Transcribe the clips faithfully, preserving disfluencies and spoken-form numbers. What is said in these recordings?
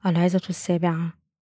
العظة السابعة.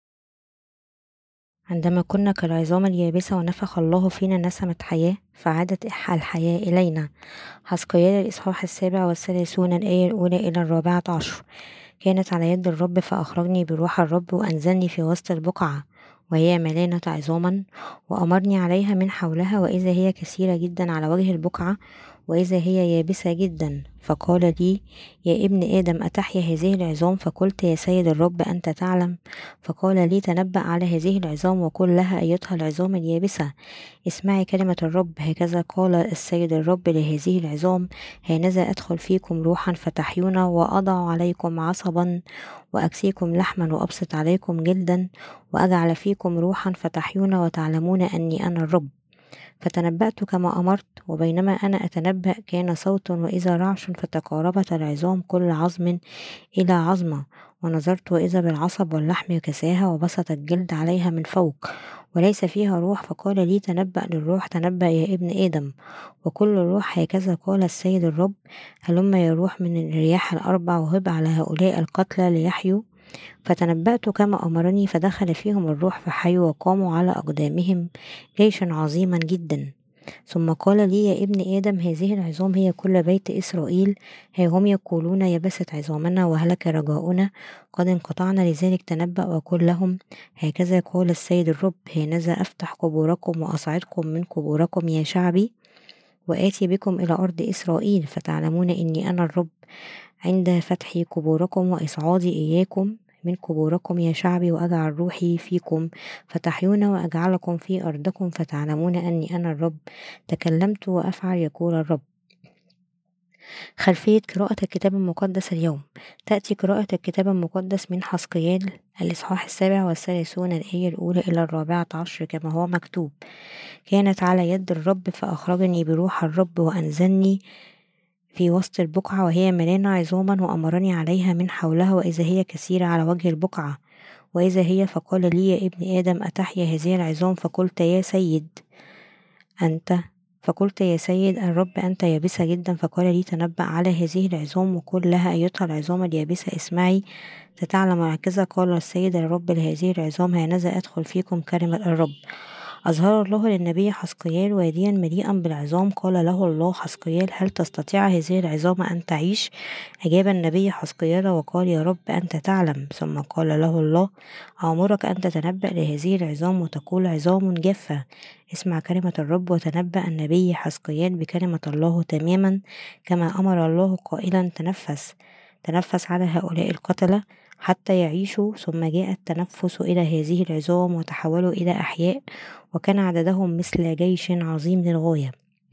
عندما كنا كالعظام اليابسة ونفخ الله فينا نسمة حياة فعادت الحياة إلينا. حزقيال الإصحاح السابع والثلاثون الآية الأولى إلى الرابعة عشر. كانت على يد الرب فأخرجني بروح الرب وأنزلني في وسط البقعة وهي ملانة عظاما، وأمرني عليها من حولها، وإذا هي كثيرة جدا على وجه البقعة، وإذا هي يابسة جدا. فقال لي: يا ابن آدم، أتحيا هذه العظام؟ فقلت: يا سيد الرب أنت تعلم. فقال لي: تنبأ على هذه العظام وقل لها أيتها العظام اليابسة، اسمعي كلمة الرب. هكذا قال السيد الرب لهذه العظام: هانذا أدخل فيكم روحا فتحيون، وأضع عليكم عصبا وأكسيكم لحما وأبسط عليكم جلدا، وأجعل فيكم روحا فتحيون وتعلمون أني أنا الرب. فتنبأت كما أمرت، وبينما أنا أتنبأ كان صوت وإذا رعش، فتقاربت العظام كل عظم إلى عظمة، ونظرت وإذا بالعصب واللحم كساها، وبسط الجلد عليها من فوق وليس فيها روح. فقال لي: تنبأ للروح، تنبأ يا ابن آدم، وكل روح هكذا قال السيد الرب: هلم يا روح من الرياح الأربع وهب على هؤلاء القتلى ليحيوا. فتنبأت كما أمرني، فدخل فيهم الروح فحيوا وقاموا على أقدامهم جيشا عظيما جدا. ثم قال لي: يا ابن آدم، هذه العظام هي كل بيت إسرائيل. ها هم يقولون: يبست عظامنا وهلك رجاؤنا، قد انقطعنا. لذلك تنبأ وقل لهم: هكذا قال السيد الرب: هانذا أفتح قبوركم وأصعدكم من قبوركم يا شعبي، وآتي بكم إلى أرض إسرائيل، فتعلمون إني أنا الرب عند فتح قبوركم وإصعادي إياكم من قبوركم يا شعبي، وأجعل روحي فيكم فتحيون، وأجعلكم في أرضكم، فتعلمون أني أنا الرب تكلمت وأفعل، يقول الرب. خلفية قراءة الكتاب المقدس اليوم. تأتي قراءة الكتاب المقدس من حزقيال الإصحاح السابع والثلاثون الآية الأولى إلى الرابعة عشر كما هو مكتوب: كانت على يد الرب فأخرجني بروح الرب وأنزلني في وسط البقعة وهي ملانة عظاما، وأمرني عليها من حولها، وإذا هي كثيرة على وجه البقعة، وإذا هي فقال لي: يا ابن آدم، أتحيا هذه العظام؟ فقلت: يا سيد أنت فقلت يا سيد الرب أنت يابسة جدا. فقال لي: تنبأ على هذه العظام وقل لها أيتها العظام اليابسة، اسمعي تتعلم. هكذا قال السيد الرب لهذه العظام: هانذا أدخل فيكم كلمة الرب. أظهر الله للنبي حزقيال واديا مليئا بالعظام. قال له الله: حزقيال، هل تستطيع هذه العظام أن تعيش؟ أجاب النبي حزقيال وقال: يا رب أنت تعلم. ثم قال له الله: أأمرك أن تتنبأ لهذه العظام وتقول: عظام جافة، اسمع كلمة الرب. وتنبأ النبي حزقيال بكلمة الله تماما كما أمر الله قائلا: تنفس تنفس على هؤلاء القتلة حتى يعيشوا. ثم جاء التنفس إلى هذه العظام وتحولوا إلى أحياء، وكان عددهم مثل جيش عظيم للغاية.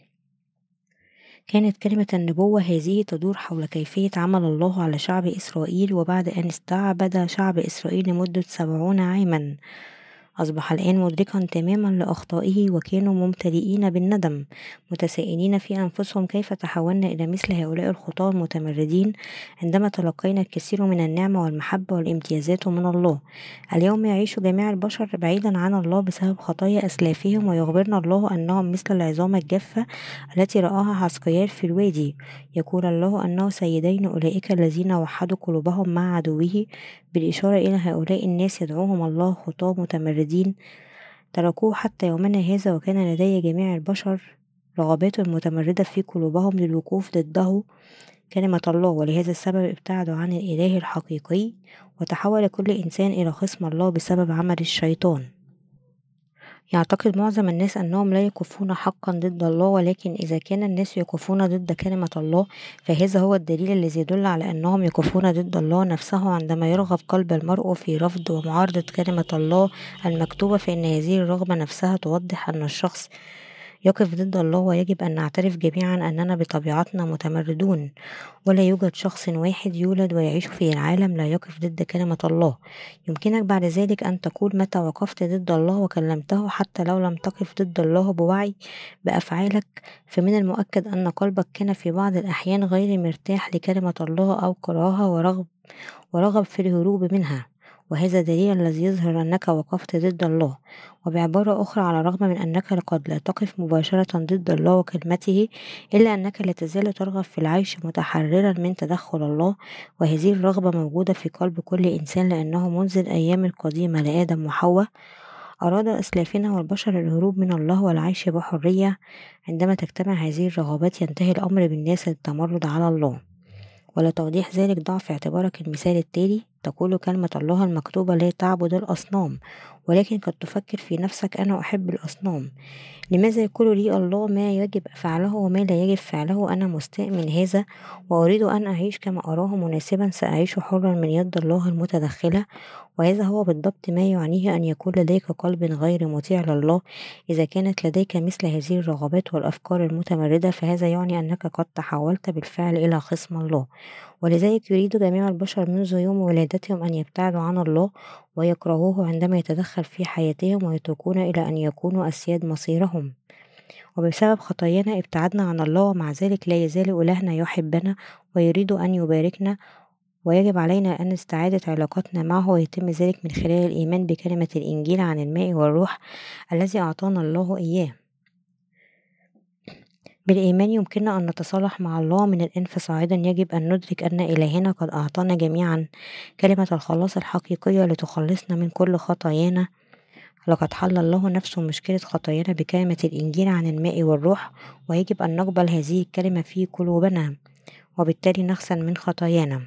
كانت كلمة النبوة هذه تدور حول كيفية عمل الله على شعب إسرائيل، وبعد أن استعبد شعب إسرائيل لمدة سبعون عاما أصبح الآن مدركا تماما لأخطائه، وكانوا ممتلئين بالندم متسائلين في أنفسهم: كيف تحولنا إلى مثل هؤلاء الخطاة المتمردين عندما تلقينا الكثير من النعمة والمحبة والامتيازات من الله؟ اليوم يعيش جميع البشر بعيدا عن الله بسبب خطايا أسلافهم، ويخبرنا الله أنهم مثل العظام الجافة التي رآها حزقيال في الوادي. يقول الله أنه سيدين أولئك الذين وحدوا قلوبهم مع عدوه، بالإشارة إلى هؤلاء الناس يدعوهم الله خطاة متمردين تركوه حتى يومنا هذا. وكان لدي جميع البشر رغبات متمردة في قلوبهم للوقوف ضده كلمة الله، ولهذا السبب ابتعدوا عن الإله الحقيقي، وتحول كل إنسان إلى خصم الله بسبب عمل الشيطان. يعتقد معظم الناس أنهم لا يقفون حقا ضد الله، ولكن إذا كان الناس يقفون ضد كلمة الله فهذا هو الدليل الذي يدل على أنهم يقفون ضد الله نفسه. عندما يرغب قلب المرء في رفض ومعارضة كلمة الله المكتوبة، فإن هذه الرغبة نفسها توضح أن الشخص يقف ضد الله. ويجب أن نعترف جميعا أننا بطبيعتنا متمردون، ولا يوجد شخص واحد يولد ويعيش في العالم لا يقف ضد كلمة الله. يمكنك بعد ذلك أن تقول: متى وقفت ضد الله وكلمته؟ حتى لو لم تقف ضد الله بوعي بأفعالك، فمن المؤكد أن قلبك كان في بعض الأحيان غير مرتاح لكلمة الله، أو كراهة ورغب ورغب في الهروب منها. وهذا دليل الذي يظهر أنك وقفت ضد الله. وبعبارة أخرى، على الرغم من أنك قد لا تقف مباشرة ضد الله وكلمته، إلا أنك لا تزال ترغب في العيش متحررا من تدخل الله، وهذه الرغبة موجودة في قلب كل إنسان، لأنه منذ الأيام القديمة لآدم وحواء أراد أسلافنا والبشر الهروب من الله والعيش بحرية. عندما تجتمع هذه الرغبات ينتهي الأمر بالناس للتمرد على الله. ولتوضيح ذلك ضع في اعتبارك المثال التالي: تقول كلمة الله المكتوبة لا تعبد الأصنام، ولكن قد تفكر في نفسك: أنا أحب الأصنام. لماذا يقول لي الله ما يجب فعله وما لا يجب فعله؟ أنا مستاء من هذا وأريد أن أعيش كما أراه مناسبا. سأعيش حرا من يد الله المتدخلة. وهذا هو بالضبط ما يعنيه أن يكون لديك قلب غير مطيع لله. إذا كانت لديك مثل هذه الرغبات والأفكار المتمردة، فهذا يعني أنك قد تحولت بالفعل إلى خصم الله. ولذلك يريد جميع البشر منذ يوم ولادتهم أن يبتعدوا عن الله ويكرهوه عندما يتدخل في حياتهم، ويتركون إلى أن يكونوا أسياد مصيرهم. وبسبب خطايانا ابتعدنا عن الله، ومع ذلك لا يزال إلهنا يحبنا ويريد أن يباركنا، ويجب علينا أن استعادة علاقتنا معه، ويتم ذلك من خلال الإيمان بكلمة الإنجيل عن الماء والروح الذي أعطانا الله إياه. بالإيمان يمكننا أن نتصالح مع الله من الأنف صاعدا. يجب أن ندرك أن إلهنا قد أعطانا جميعا كلمة الخلاص الحقيقية لتخلصنا من كل خطايانا. لقد حل الله نفسه مشكلة خطايانا بكلمة الإنجيل عن الماء والروح، ويجب أن نقبل هذه الكلمة في قلوبنا، وبالتالي نغسل من خطايانا.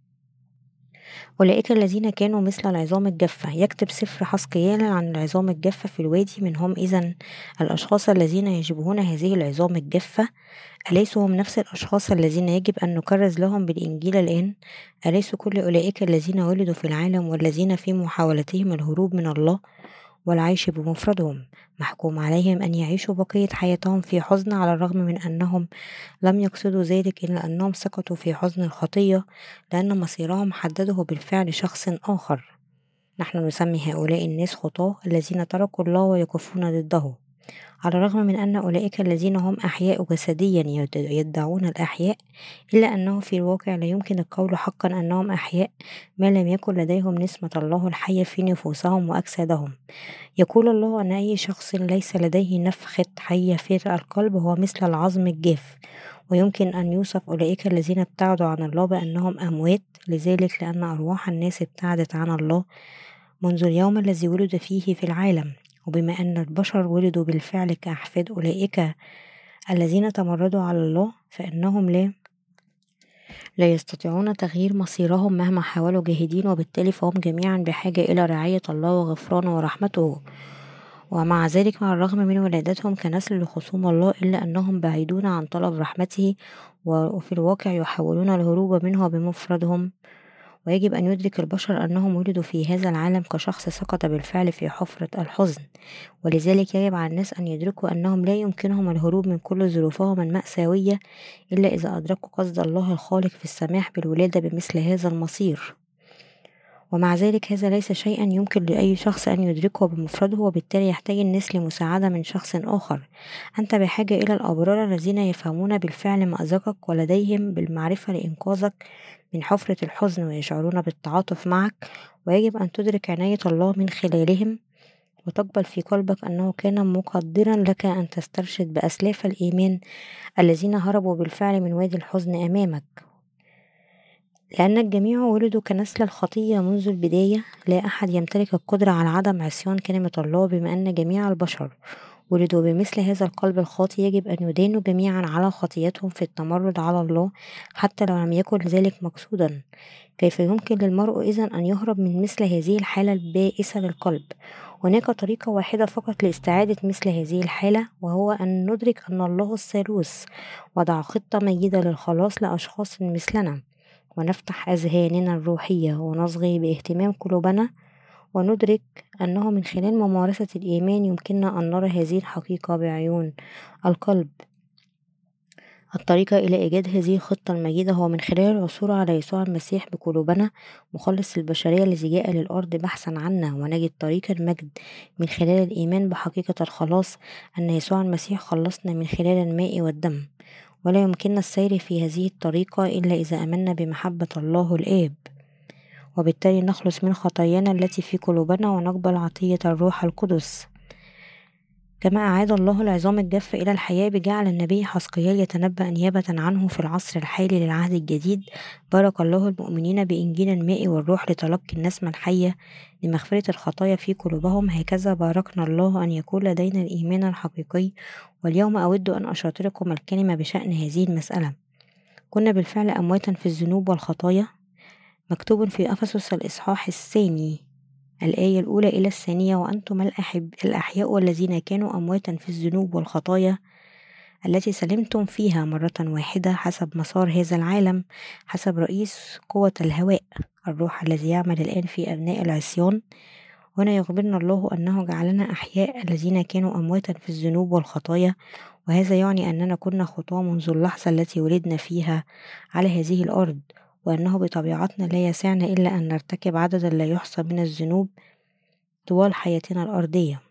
أولئك الذين كانوا مثل العظام الجافة. يكتب سفر حسقيال عن العظام الجافة في الوادي: من هم إذن الأشخاص الذين يشبهون هذه العظام الجافة؟ أليسوا هم نفس الأشخاص الذين يجب أن نكرز لهم بالإنجيل الآن؟ أليسوا كل أولئك الذين ولدوا في العالم والذين في محاولتهم الهروب من الله والعيش بمفردهم محكوم عليهم أن يعيشوا بقية حياتهم في حزن، على الرغم من أنهم لم يقصدوا ذلك، إلا أنهم سقطوا في حزن الخطية لأن مصيرهم حدده بالفعل شخص آخر. نحن نسمي هؤلاء الناس خطاة الذين تركوا الله ويقفون ضده. على الرغم من أن أولئك الذين هم أحياء جسديا يدعون الأحياء، إلا أنه في الواقع لا يمكن القول حقا أنهم أحياء ما لم يكن لديهم نسمة الله الحية في نفوسهم وأجسادهم. يقول الله أن أي شخص ليس لديه نفخة حية في القلب هو مثل العظم الجاف، ويمكن أن يوصف أولئك الذين ابتعدوا عن الله بأنهم أموات، لذلك لأن أرواح الناس ابتعدت عن الله منذ اليوم الذي ولد فيه في العالم. وبما أن البشر ولدوا بالفعل كأحفاد أولئك الذين تمردوا على الله، فإنهم لا لا يستطيعون تغيير مصيرهم مهما حاولوا جاهدين، وبالتالي فهم جميعا بحاجة إلى رعاية الله وغفرانه ورحمته. ومع ذلك، مع الرغم من ولادتهم كنسل لخصوم الله، إلا أنهم بعيدون عن طلب رحمته، وفي الواقع يحاولون الهروب منه بمفردهم. ويجب أن يدرك البشر أنهم ولدوا في هذا العالم كشخص سقط بالفعل في حفرة الحزن، ولذلك يجب على الناس أن يدركوا أنهم لا يمكنهم الهروب من كل ظروفهم المأساوية إلا إذا أدركوا قصد الله الخالق في السماح بالولادة بمثل هذا المصير. ومع ذلك هذا ليس شيئا يمكن لأي شخص أن يدركه بمفرده، وبالتالي يحتاج الناس لمساعدة من شخص آخر. أنت بحاجة إلى الأبرار الذين يفهمون بالفعل مأزقك ولديهم بالمعرفة لإنقاذك من حفرة الحزن ويشعرون بالتعاطف معك، ويجب أن تدرك عناية الله من خلالهم، وتقبل في قلبك أنه كان مقدرا لك أن تسترشد بأسلاف الإيمان الذين هربوا بالفعل من وادي الحزن أمامك. لأن الجميع ولدوا كنسل الخطية منذ البداية، لا أحد يمتلك القدرة على عدم عصيان كلمة الله. بما أن جميع البشر ولدوا بمثل هذا القلب الخاطئ، يجب أن يدانوا جميعا على خطيتهم في التمرد على الله، حتى لو لم يكن ذلك مقصودا. كيف يمكن للمرء إذن أن يهرب من مثل هذه الحالة البائسة للقلب؟ هناك طريقة واحدة فقط لاستعادة مثل هذه الحالة، وهو أن ندرك أن الله الثالوث وضع خطة مجيدة للخلاص لأشخاص مثلنا، ونفتح أذهاننا الروحية ونصغي باهتمام قلوبنا، وندرك أنه من خلال ممارسة الإيمان يمكننا أن نرى هذه الحقيقة بعيون القلب. الطريقة إلى إيجاد هذه الخطة المجيدة هو من خلال العثور على يسوع المسيح بقلوبنا، مخلص البشرية الذي جاء للأرض بحثا عنا، ونجد طريق المجد من خلال الإيمان بحقيقة الخلاص، أن يسوع المسيح خلصنا من خلال الماء والدم. ولا يمكننا السير في هذه الطريقة إلا إذا آمنا بمحبة الله الآب. وبالتالي نخلص من خطايانا التي في قلوبنا ونقبل عطية الروح القدس. كما أعاد الله العظام الجافة إلى الحياة بجعل النبي حزقيال يتنبأ نيابة عنه في العصر الحالي للعهد الجديد. بارك الله المؤمنين بإنجيل الماء والروح لتلقي النسمة الحية لمغفرة الخطايا في قلوبهم. هكذا باركنا الله أن يكون لدينا الإيمان الحقيقي. واليوم أود أن أشاطركم الكلمة بشأن هذه المسألة. كنا بالفعل أمواتا في الذنوب والخطايا. مكتوب في أفسس الإصحاح الثاني الآية الأولى إلى الثانية: وأنتم الأحب الأحياء الذين كانوا أمواتا في الذنوب والخطايا التي سلمتم فيها مرة واحدة حسب مسار هذا العالم، حسب رئيس قوة الهواء، الروح الذي يعمل الآن في أبناء العصيان. هنا يخبرنا الله أنه جعلنا أحياء الذين كانوا أمواتا في الذنوب والخطايا، وهذا يعني أننا كنا خطاة منذ اللحظة التي ولدنا فيها على هذه الأرض، وأنه بطبيعتنا لا يسعنا إلا أن نرتكب عددا لا يحصى من الذنوب طوال حياتنا الأرضية.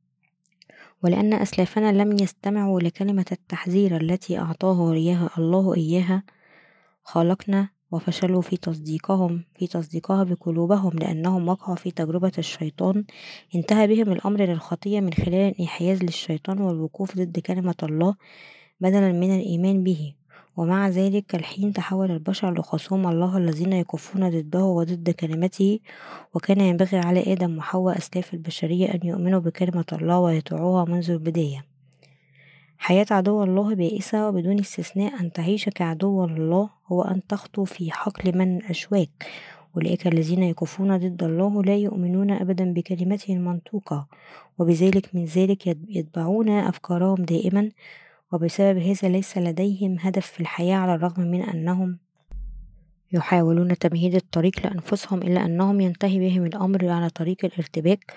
ولأن أسلافنا لم يستمعوا لكلمة التحذير التي أعطاه إياها الله إياها، خلقنا وفشلوا في تصديقهم في تصديقها بقلوبهم، لأنهم وقعوا في تجربة الشيطان. انتهى بهم الأمر للخطية من خلال الانحياز للشيطان والوقوف ضد كلمة الله بدلا من الإيمان به. ومع ذلك الحين تحول البشر لخصوم الله الذين يكفون ضده وضد كلمته. وكان ينبغي على آدم وحواء أسلاف البشرية أن يؤمنوا بكلمة الله ويطيعوها منذ البداية. حياة عدو الله بائسة، وبدون استثناء أن تعيش كعدو الله هو أن تخطو في حقل من الأشواك. أولئك الذين يكفون ضد الله لا يؤمنون أبدا بكلمته المنطوقة، وبذلك من ذلك يتبعون أفكارهم دائما، وبسبب هذا ليس لديهم هدف في الحياة، على الرغم من أنهم يحاولون تمهيد الطريق لأنفسهم، إلا أنهم ينتهي بهم الأمر على طريق الارتباك،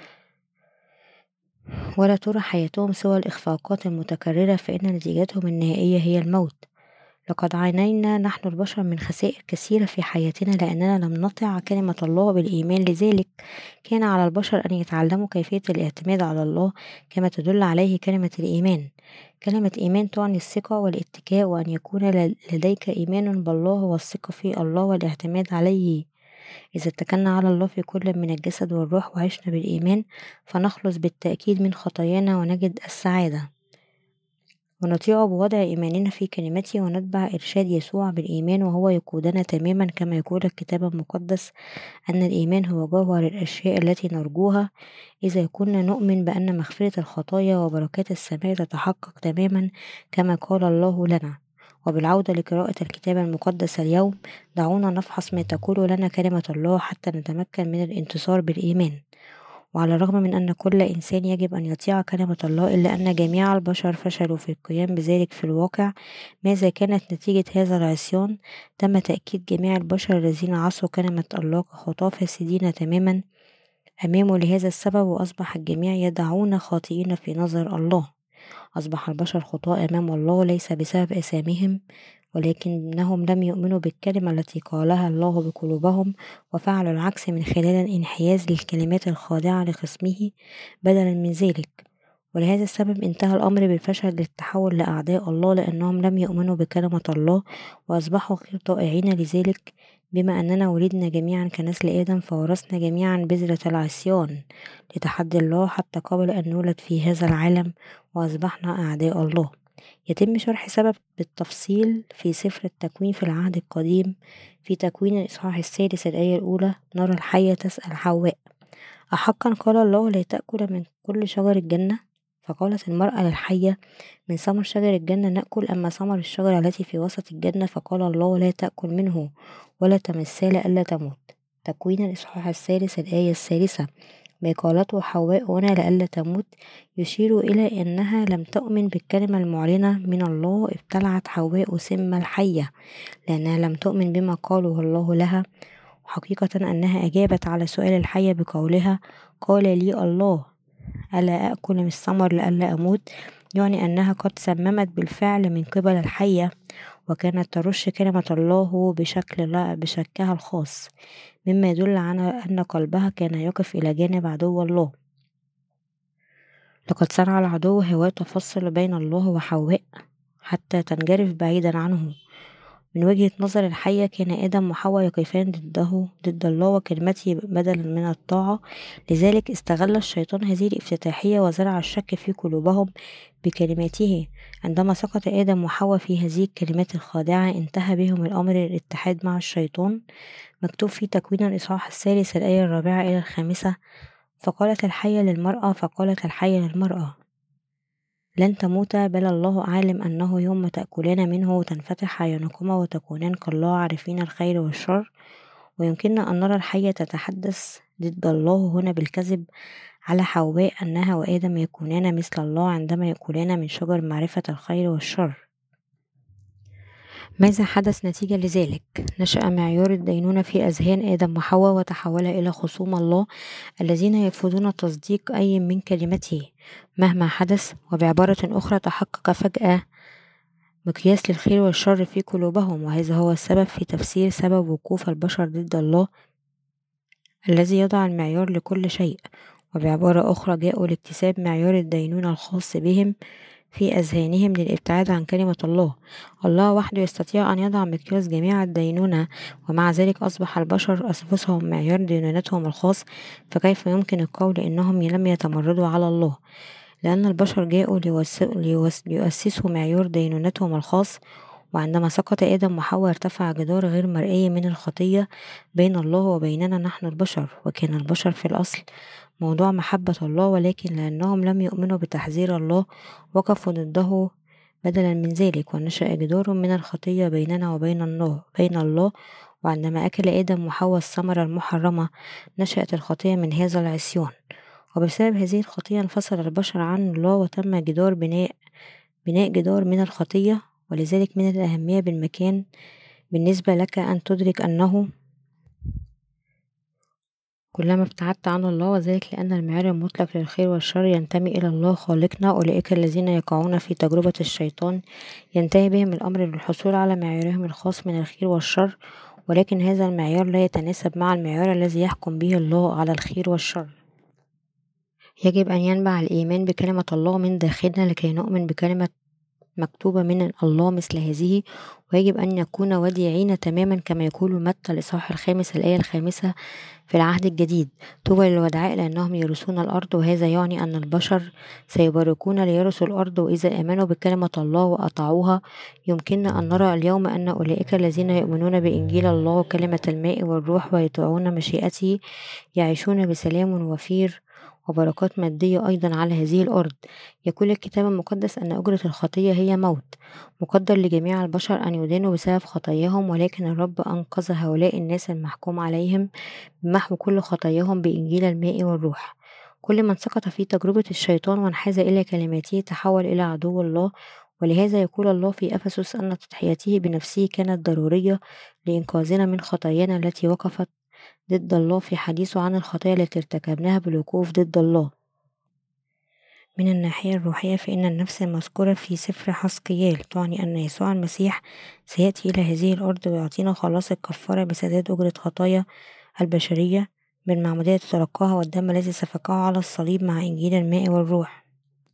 ولا ترى حياتهم سوى الإخفاقات المتكررة، فإن نتيجتهم النهائية هي الموت. لقد عانينا نحن البشر من خسائر كثيرة في حياتنا لأننا لم نطع كلمة الله بالإيمان. لذلك كان على البشر أن يتعلموا كيفية الاعتماد على الله كما تدل عليه كلمة الإيمان. كلمة إيمان تعني الثقة والاتكاء، وأن يكون لديك إيمان بالله والثقة في الله والاعتماد عليه. إذا اتكلنا على الله في كل من الجسد والروح وعشنا بالإيمان، فنخلص بالتأكيد من خطايانا ونجد السعادة، ونطيع بوضع إيماننا في كلمته ونتبع إرشاد يسوع بالإيمان، وهو يقودنا تماما كما يقول الكتاب المقدس أن الإيمان هو جوهر الأشياء التي نرجوها. إذا كنا نؤمن بأن مغفرة الخطايا وبركات السماء تتحقق تماما كما قال الله لنا. وبالعودة لقراءة الكتاب المقدس اليوم، دعونا نفحص ما تقول لنا كلمة الله حتى نتمكن من الانتصار بالإيمان. وعلى الرغم من أن كل إنسان يجب أن يطيع كلمة الله، إلا أن جميع البشر فشلوا في القيام بذلك في الواقع. ماذا كانت نتيجة هذا العصيان؟ تم تأكيد جميع البشر الذين عصوا كلمة الله كخطاة فاسدين تماما أمامه لهذا السبب، وأصبح الجميع يدعون خاطئين في نظر الله. أصبح البشر خطاة أمام الله ليس بسبب آثامهم، ولكنهم لم يؤمنوا بالكلمة التي قالها الله بقلوبهم، وفعلوا العكس من خلال الانحياز للكلمات الخاضعة لخصمه بدلا من ذلك. ولهذا السبب انتهى الأمر بالفشل للتحول لأعداء الله، لأنهم لم يؤمنوا بكلمة الله وأصبحوا غير طائعين لذلك. بما أننا ولدنا جميعا كنسل آدم، فورثنا جميعا بذرة العصيان لتحدي الله حتى قبل أن نولد في هذا العالم، وأصبحنا أعداء الله. يتم شرح سبب بالتفصيل في سفر التكوين في العهد القديم. في تكوين الإصحاح السادس الآية الأولى نرى الحية تسأل حواء: أحقا قال الله لا تأكل من كل شجر الجنة؟ فقالت المرأة للحية: من ثمر شجر الجنة نأكل، أما ثمر الشجرة التي في وسط الجنة فقال الله لا تأكل منه ولا تمسها لئلا تموت. تكوين الإصحاح الثالث الآية الثالثة: ما قالته حواء هنا لئلا تموت يشير إلى أنها لم تؤمن بالكلمة المعلنة من الله. ابتلعت حواء سم الحية لأنها لم تؤمن بما قاله الله لها. وحقيقة أنها أجابت على سؤال الحية بقولها: قال لي الله ألا أكل من الثمر لئلا أموت، يعني أنها قد سممت بالفعل من قبل الحية، وكانت ترش كلمة الله بشكل لا بشكها الخاص، مما يدل على أن قلبها كان يقف إلى جانب عدو الله. لقد صنع العدو هواة تفصل بين الله وحواء حتى تنجرف بعيدا عنه، من وجهة نظر الحية كان آدم وحواء يقفان ضده ضد الله وكلمته بدلا من الطاعة، لذلك استغل الشيطان هذه الافتتاحية وزرع الشك في قلوبهم بكلماته. عندما سقط آدم وحواء في هذه الكلمات الخادعة انتهى بهم الأمر للاتحاد مع الشيطان. مكتوب في تكوين الإصحاح الثالث الآية الرابعة إلى الخامسة: فقالت الحية للمرأة فقالت الحية للمرأة لن تموتا، بل الله عالم أنه يوم تأكلان منه تنفتح أعينكما وتكونان كالله عارفين الخير والشر. ويمكننا أن نرى الحية تتحدث ضد الله هنا بالكذب على حواء أنها وآدم يكونان مثل الله عندما يأكلان من شجر معرفة الخير والشر. ماذا حدث نتيجة لذلك؟ نشأ معيار الدينونة في أذهان آدم وحواء وتحول إلى خصوم الله الذين يرفضون تصديق أي من كلمته مهما حدث، وبعبارة أخرى تحقق فجأة مقياس للخير والشر في قلوبهم، وهذا هو السبب في تفسير سبب وقوف البشر ضد الله الذي يضع المعيار لكل شيء. وبعبارة أخرى جاءوا لاكتساب معيار الدينونة الخاص بهم في أذهانهم للابتعاد عن كلمة الله. الله وحده يستطيع أن يضع مقياس جميع الدينونة، ومع ذلك أصبح البشر أنفسهم معيار دينونتهم الخاص، فكيف يمكن القول إنهم لم يتمردوا على الله؟ لأن البشر جاءوا ليؤسسوا معيار دينونتهم الخاص. وعندما سقط آدم وحواء ارتفع جدار غير مرئي من الخطية بين الله وبيننا نحن البشر، وكان البشر في الأصل موضوع محبة الله، ولكن لأنهم لم يؤمنوا بتحذير الله وقفوا ضده بدلا من ذلك، ونشأ جدار من الخطية بيننا وبين الله بين الله وعندما أكل آدم وحواء الثمرة المحرمة نشأت الخطية من هذا العصيان، وبسبب هذه الخطية انفصل البشر عن الله وتم جدار بناء بناء جدار من الخطية. ولذلك من الأهمية بالمكان بالنسبة لك أن تدرك أنه كلما ابتعدت عن الله، وذلك لأن المعيار المطلق للخير والشر ينتمي إلى الله خالقنا. أولئك الذين يقعون في تجربة الشيطان ينتهي بهم الأمر للحصول على معيارهم الخاص من الخير والشر، ولكن هذا المعيار لا يتناسب مع المعيار الذي يحكم به الله على الخير والشر. يجب أن ينبع الإيمان بكلمة الله من داخلنا لكي نؤمن بكلمة مكتوبة من الله مثل هذه، ويجب أن نكون وديعين تماما كما يقول متى الإصحاح الخامس الآية الخامسة في العهد الجديد: طوبى للودعاء لأنهم يرثون الأرض. وهذا يعني أن البشر سيباركون ليرثوا الأرض، وإذا آمنوا بكلمة الله وأطاعوها. يمكننا أن نرى اليوم أن أولئك الذين يؤمنون بإنجيل الله وكلمة الماء والروح ويطيعون مشيئته يعيشون بسلام وفير وبركات مادية أيضا على هذه الأرض. يقول الكتاب المقدس أن أجرة الخطية هي موت، مقدر لجميع البشر أن يدانوا بسبب خطاياهم، ولكن الرب أنقذ هؤلاء الناس المحكوم عليهم بمحو كل خطاياهم بإنجيل الماء والروح. كل من سقط في تجربة الشيطان وانحاز إلى كلماته تحول إلى عدو الله، ولهذا يقول الله في أفسس أن تضحيته بنفسه كانت ضرورية لإنقاذنا من خطايانا التي وقفت ضد الله في حديثه عن الخطايا التي ارتكبناها بالوقوف ضد الله. من الناحية الروحية فإن النفس المذكورة في سفر حزقيال تعني أن يسوع المسيح سيأتي إلى هذه الأرض ويعطينا خلاص الكفارة بسداد أجرة خطايا البشرية بالمعمودية تتلقاها والدم الذي سفكه على الصليب مع إنجيل الماء والروح.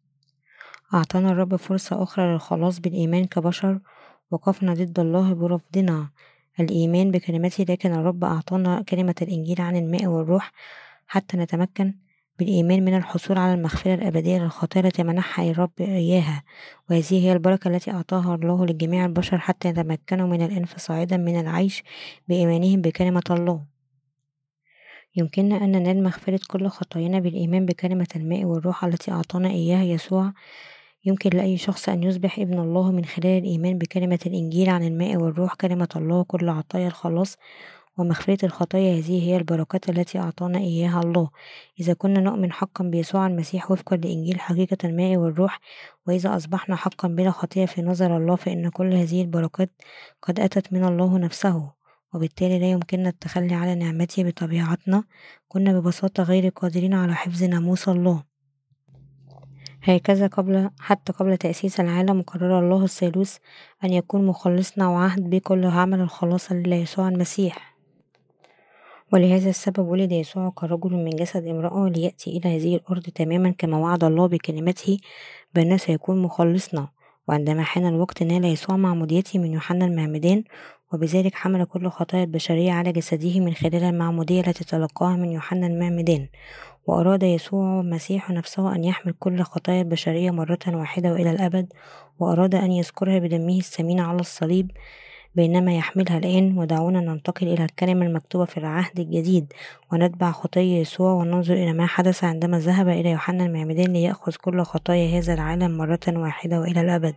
أعطانا الرب فرصة أخرى للخلاص بالإيمان كبشر وقفنا ضد الله برفضنا الإيمان بكلمته، لكن الرب أعطانا كلمة الإنجيل عن الماء والروح حتى نتمكن بالإيمان من الحصول على المغفرة الأبدية للخطايا التي منحها الرب إياها، وهذه هي البركة التي أعطاها الله لجميع البشر حتى يتمكنوا من الانفصاعدا من العيش بإيمانهم بكلمة الله. يمكننا أن ننال مغفرة كل خطايانا بالإيمان بكلمة الماء والروح التي أعطانا إياها يسوع. يمكن لأي شخص أن يصبح ابن الله من خلال الإيمان بكلمة الإنجيل عن الماء والروح، كلمة الله كل عطايا الخلاص ومغفرة الخطايا. هذه هي البركات التي أعطانا إياها الله إذا كنا نؤمن حقا بيسوع المسيح وفقا لإنجيل حقيقة الماء والروح، وإذا أصبحنا حقا بلا خطية في نظر الله، فإن كل هذه البركات قد أتت من الله نفسه، وبالتالي لا يمكننا التخلي على نعمته بطبيعتنا. كنا ببساطة غير قادرين على حفظ ناموس الله. هكذا قبل حتى قبل تأسيس العالم قرر الله الثالوث أن يكون مخلصنا وعهد بكل عمل الخلاص ليسوع المسيح، ولهذا السبب ولد يسوع كرجل من جسد امرأة ليأتي إلى هذه الأرض تماما كما وعد الله بكلمته بأنه سيكون مخلصنا. وعندما حان الوقت نال يسوع معموديته من يوحنا المعمدان، وبذلك حمل كل خطايا البشرية على جسده من خلال المعمودية التي تلقاها من يوحنا المعمدان. وأراد يسوع المسيح نفسه أن يحمل كل خطايا البشرية مرة واحدة وإلى الأبد، وأراد أن يذكرها بدمه الثمين على الصليب بينما يحملها الآن. ودعونا ننتقل إلى الكلمة المكتوبة في العهد الجديد ونتبع خطايا يسوع وننظر إلى ما حدث عندما ذهب إلى يوحنا المعمدان ليأخذ كل خطايا هذا العالم مرة واحدة وإلى الأبد.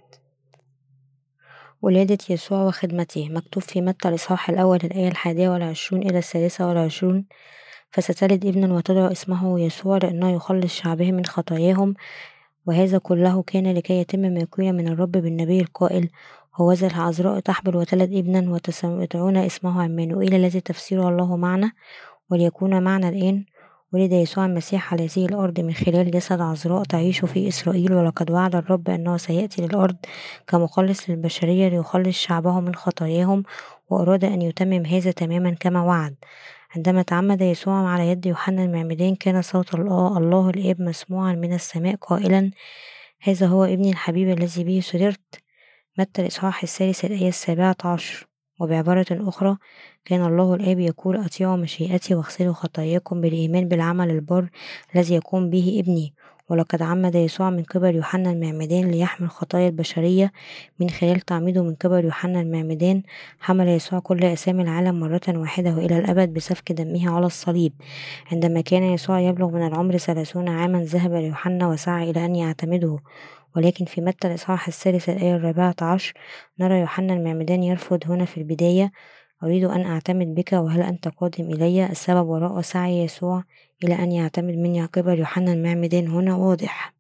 ولادة يسوع وخدمته مكتوب في متى الإصحاح الأول الآية الحادية والعشرون إلى الثالثة والعشرون: فستلد ابنا وتدعو اسمه يسوع لأنه يخلص شعبه من خطاياهم. وهذا كله كان لكي يتم ما قيل من الرب بالنبي القائل: هوذا العذراء تحبل وتلد ابنا وتدعون اسمه عمانوئيل الذي تفسيره الله معنا. وليكون معنا الآن ولد يسوع المسيح على هذه الأرض من خلال جسد عذراء تعيش في إسرائيل، ولقد وعد الرب أنه سيأتي للأرض كمخلص للبشرية ليخلص شعبه من خطاياهم، وأراد أن يتمم هذا تماما كما وعد. عندما تعمد يسوع على يد يوحنا المعمدان كان صوت الله, الله الآب مسموعا من السماء قائلا: هذا هو ابني الحبيب الذي به سررت. متى الإصحاح الثالث الآية السابعة عشر. وبعبارة أخرى كان الله الآب يقول: أطيعوا مشيئتي واغسلوا خطاياكم بالإيمان بالعمل البر الذي يقوم به ابني. ولقد عمد يسوع من قبل يوحنا المعمدان ليحمل خطايا البشرية. من خلال تعميده من قبل يوحنا المعمدان حمل يسوع كل آثام العالم مرة واحدة وإلى الأبد بسفك دمه على الصليب. عندما كان يسوع يبلغ من العمر ثلاثون عاما ذهب ليوحنا وسعى إلى أن يعتمده. ولكن في متى الإصحاح الثالث الآية الرابعة عشر نرى يوحنا المعمدان يرفض هنا في البداية: أريد أن أعتمد بك وهل أنت قادم إلي؟ السبب وراء سعي يسوع إلى أن يعتمد من قبل يوحنا المعمدان هنا واضح.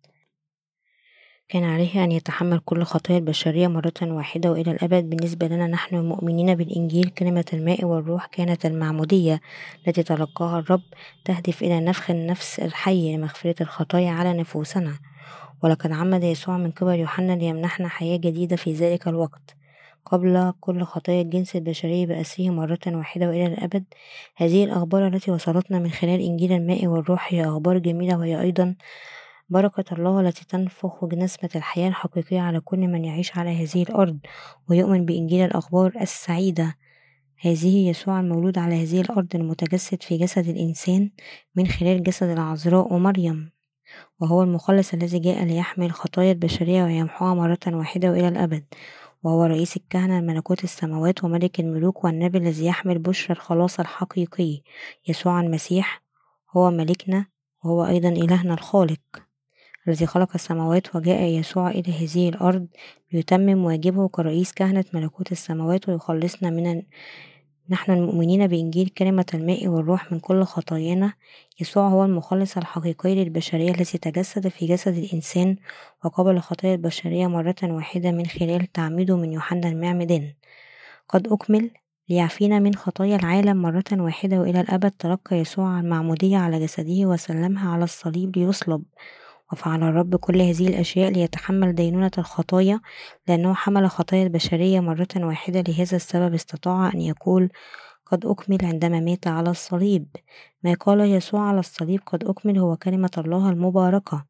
كان عليه أن يتحمل كل خطايا البشرية مرة واحدة وإلى الأبد. بالنسبة لنا نحن المؤمنين بالإنجيل كلمة الماء والروح كانت المعمودية التي تلقاها الرب تهدف إلى نفخ النفس الحي لمغفرة الخطايا على نفوسنا. ولقد عمد يسوع من قبل يوحنا ليمنحنا حياة جديدة في ذلك الوقت قبل كل خطايا الجنس البشري بأسره مرة واحدة وإلى الأبد. هذه الأخبار التي وصلتنا من خلال إنجيل الماء والروح هي أخبار جميلة، وهي أيضا بركة الله التي تنفخ نسمة الحياة الحقيقية على كل من يعيش على هذه الأرض ويؤمن بإنجيل الأخبار السعيدة. هذه يسوع المولود على هذه الأرض المتجسد في جسد الإنسان من خلال جسد العذراء ومريم، وهو المخلص الذي جاء ليحمل خطايا البشرية ويمحوها مرة واحدة وإلى الأبد. وهو رئيس الكهنة الملكوت السماوات وملك الملوك والنبي الذي يحمل بشرى الخلاص الحقيقي. يسوع المسيح هو ملكنا، وهو أيضا إلهنا الخالق الذي خلق السماوات. وجاء يسوع إلى هذه الأرض ليتمم واجبه كرئيس كهنة ملكوت السماوات ويخلصنا من نحن المؤمنين بإنجيل كلمة الماء والروح من كل خطايانا. يسوع هو المخلص الحقيقي للبشرية الذي تجسد في جسد الإنسان وقبل خطايا البشرية مرة واحدة من خلال تعميده من يوحنا المعمدان. قد أكمل ليعفينا من خطايا العالم مرة واحدة وإلى الأبد. تلقى يسوع المعمودية على جسده وسلمها على الصليب ليصلب. وفعل الرب كل هذه الأشياء ليتحمل دينونة الخطايا لأنه حمل خطايا البشرية مرة واحدة. لهذا السبب استطاع أن يقول قد أكمل عندما مات على الصليب. ما قال يسوع على الصليب قد أكمل هو كلمة الله المباركة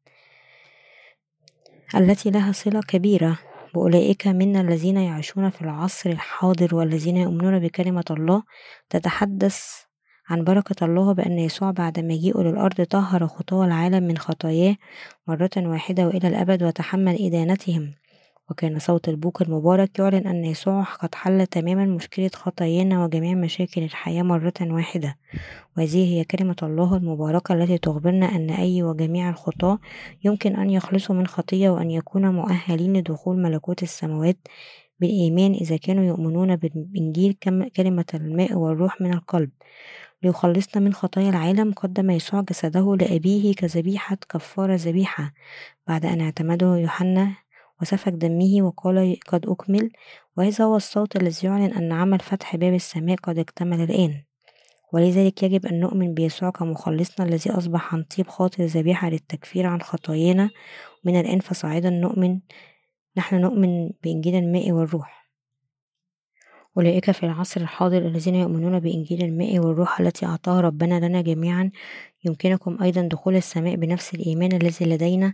التي لها صلة كبيرة بأولئك منا الذين يعيشون في العصر الحاضر والذين يؤمنون بكلمة الله. تتحدث عن بركة الله بأن يسوع بعد مجيئه للأرض طهر خطاة العالم من خطاياه مرة واحدة وإلى الأبد وتحمل إدانتهم. وكان صوت البوق المبارك يعلن أن يسوع قد حل تماما مشكلة خطايانا وجميع مشاكل الحياة مرة واحدة. وهذه هي كلمة الله المباركة التي تخبرنا أن أي وجميع الخطاة يمكن أن يخلصوا من خطية وأن يكونوا مؤهلين لدخول ملكوت السماوات بالإيمان إذا كانوا يؤمنون بإنجيل كلمة الماء والروح من القلب. ليخلصنا من خطايا العالم قدم يسوع جسده لأبيه كذبيحة كفارة ذبيحة بعد أن اعتمده يوحنا وسفك دمه وقال قد أكمل. وهذا هو الصوت الذي يعلن أن عمل فتح باب السماء قد اكتمل الآن. ولذلك يجب أن نؤمن بيسوع كمخلصنا الذي أصبح عن طيب خاطر ذبيحة للتكفير عن خطايانا. من الآن فصاعدا نؤمن نحن نؤمن بإنجيل الماء والروح. أولئك في العصر الحاضر الذين يؤمنون بإنجيل الماء والروح التي أعطاها ربنا لنا جميعا يمكنكم أيضا دخول السماء بنفس الإيمان الذي لدينا.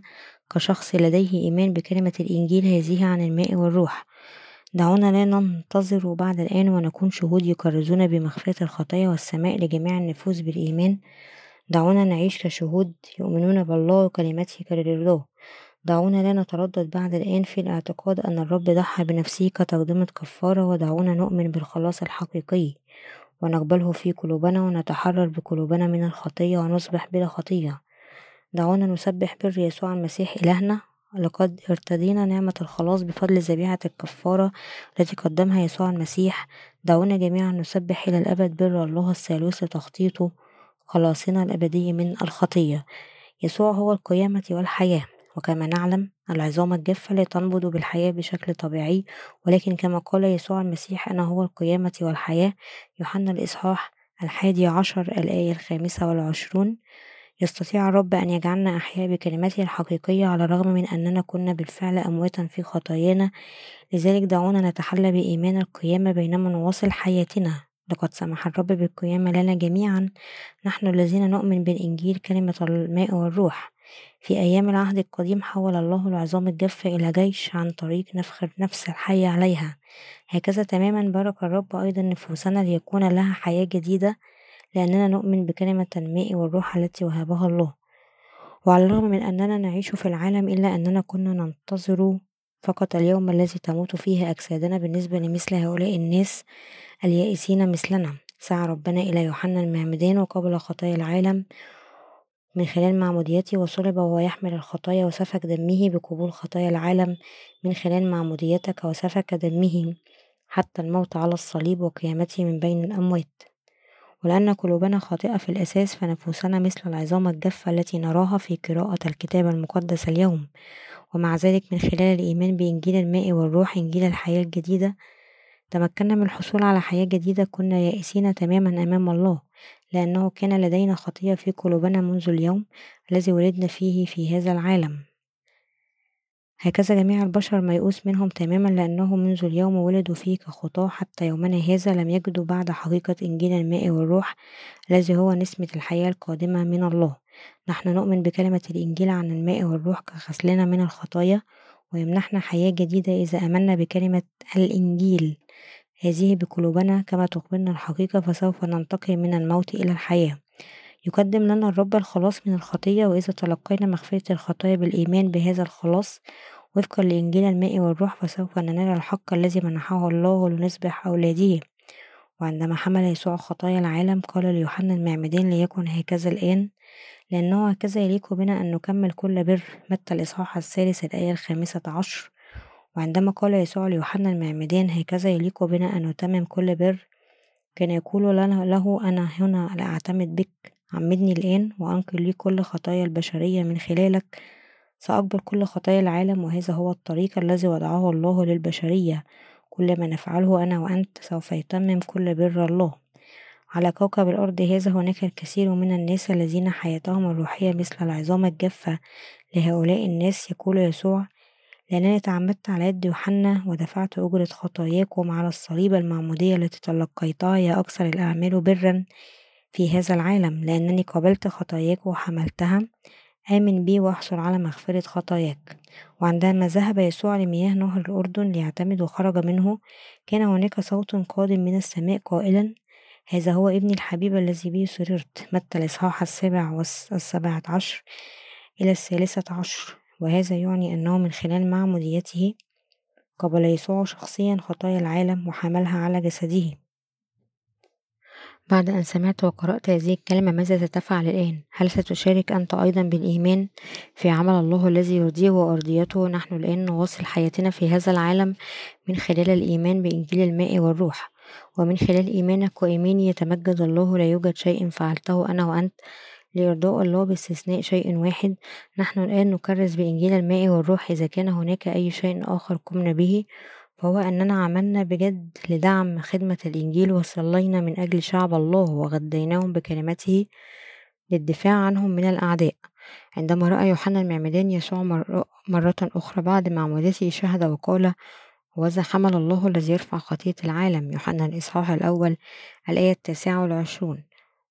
كشخص لديه إيمان بكلمة الإنجيل هذه عن الماء والروح. دعونا لا ننتظر بعد الآن ونكون شهود يكرزون بمغفرة الخطايا والسماء لجميع النفوس بالإيمان. دعونا نعيش كشهود يؤمنون بالله وكلمته كرضاه. دعونا لا نتردد بعد الآن في الاعتقاد أن الرب ضحى بنفسه كتقدمة كفارة، ودعونا نؤمن بالخلاص الحقيقي ونقبله في قلوبنا ونتحرر بقلوبنا من الخطية ونصبح بلا خطية. دعونا نسبح بر يسوع المسيح إلهنا، لقد ارتدينا نعمة الخلاص بفضل ذبيحة الكفارة التي قدمها يسوع المسيح. دعونا جميعا نسبح إلى الأبد بر الله الثالوث لتخطيطه خلاصنا الأبدي من الخطية. يسوع هو القيامة والحياة، وكما نعلم العظام الجافة لا تنبض بالحياة بشكل طبيعي، ولكن كما قال يسوع المسيح أنا هو القيامة والحياة. يوحنا الإصحاح الحادي عشر الآية الخامسة والعشرون. يستطيع الرب أن يجعلنا أحياء بكلمته الحقيقية على الرغم من أننا كنا بالفعل أمواتا في خطايانا. لذلك دعونا نتحلى بإيمان القيامة بينما نواصل حياتنا. لقد سمح الرب بالقيامة لنا جميعا نحن الذين نؤمن بالإنجيل كلمة الماء والروح. في أيام العهد القديم حول الله العظام الجافة إلى جيش عن طريق نفخ النفس الحي عليها. هكذا تماما بارك الرب أيضا نفوسنا ليكون لها حياة جديدة، لأننا نؤمن بكلمة الماء والروح التي وهبها الله. وعلى الرغم من أننا نعيش في العالم إلا أننا كنا ننتظر فقط اليوم الذي تموت فيه أجسادنا. بالنسبة لمثل هؤلاء الناس اليائسين مثلنا سعى ربنا إلى يوحنا المعمدان وقبل خطايا العالم من خلال معموديته، وصلب وهو يحمل الخطايا وسفك دمه بقبول خطايا العالم من خلال معموديتك وسفك دمه حتى الموت على الصليب وقيامته من بين الأموات. ولأن قلوبنا خاطئة في الأساس فنفوسنا مثل العظام الجافة التي نراها في قراءة الكتاب المقدس اليوم. ومع ذلك من خلال الإيمان بإنجيل الماء والروح إنجيل الحياة الجديدة تمكنا من الحصول على حياة جديدة. كنا يائسين تماما أمام الله لأنه كان لدينا خطية في قلوبنا منذ اليوم الذي ولدنا فيه في هذا العالم. هكذا جميع البشر ميؤوس منهم تماما لأنه منذ اليوم ولدوا فيه كخطاة حتى يومنا هذا لم يجدوا بعد حقيقة إنجيل الماء والروح الذي هو نسمة الحياة القادمة من الله. نحن نؤمن بكلمة الإنجيل عن الماء والروح كغسلنا من الخطايا ويمنحنا حياة جديدة إذا آمنا بكلمة الإنجيل هذه بقلوبنا كما تخبرنا الحقيقة، فسوف ننتقل من الموت إلى الحياة. يقدم لنا الرب الخلاص من الخطية، وإذا تلقينا مغفرة الخطايا بالإيمان بهذا الخلاص وفقا لإنجيل الماء والروح فسوف ننال الحق الذي منحه الله لنصبح أولاده. وعندما حمل يسوع خطايا العالم قال ليوحنا المعمدان ليكن هكذا الآن لأنه هكذا يليق بنا أن نكمل كل بر. متى الإصحاح الثالث الآية الخامسة عشر. وعندما قال يسوع ليوحنا المعمدان هكذا يليق بنا أن نتمم كل بر كان يقول لنا له أنا هنا لأعتمد بك، عمدني الآن وأنقل لي كل خطايا البشرية من خلالك. سأقبل كل خطايا العالم وهذا هو الطريق الذي وضعه الله للبشرية. كل ما نفعله أنا وأنت سوف يتمم كل بر الله. على كوكب الأرض هذا هناك الكثير من الناس الذين حياتهم الروحية مثل العظام الجافة. لهؤلاء الناس يقول يسوع لأنني تعمدت على يد يوحنا ودفعت أجرة خطاياكم على الصليب. المعمودية التي تلقيتها هي أكثر الأعمال برا في هذا العالم لأنني قبلت خطاياك وحملتها. آمن بي واحصل على مغفرة خطاياك. وعندما ذهب يسوع لمياه نهر الأردن ليعتمد وخرج منه كان هناك صوت قادم من السماء قائلا هذا هو ابني الحبيب الذي به سررت. متى الإصحاح السابع والسابعة عشر إلى الثالثة عشر. وهذا يعني أنه من خلال معموديته قبل يسوع شخصيا خطايا العالم وحملها على جسده. بعد أن سمعت وقرأت هذه الكلمة ماذا ستفعل الآن؟ هل ستشارك أنت أيضا بالإيمان في عمل الله الذي يرضيه وأرضيته؟ نحن الآن نواصل حياتنا في هذا العالم من خلال الإيمان بإنجيل الماء والروح، ومن خلال إيمانك وإيماني يتمجد الله. لا يوجد شيء فعلته أنا وأنت ليرضاء الله باستثناء شيء واحد. نحن الآن نكرس بإنجيل الماء والروح. إذا كان هناك أي شيء آخر قمنا به فهو أننا عملنا بجد لدعم خدمة الإنجيل وصلينا من أجل شعب الله وغديناهم بكلمته للدفاع عنهم من الأعداء. عندما رأى يوحنا المعمدان يسوع مر... مرة أخرى بعد معمودته شهد وقال وذا حمل الله الذي يرفع خطية العالم. يوحنا الإصحاح الأول الآية التاسعة والعشرون.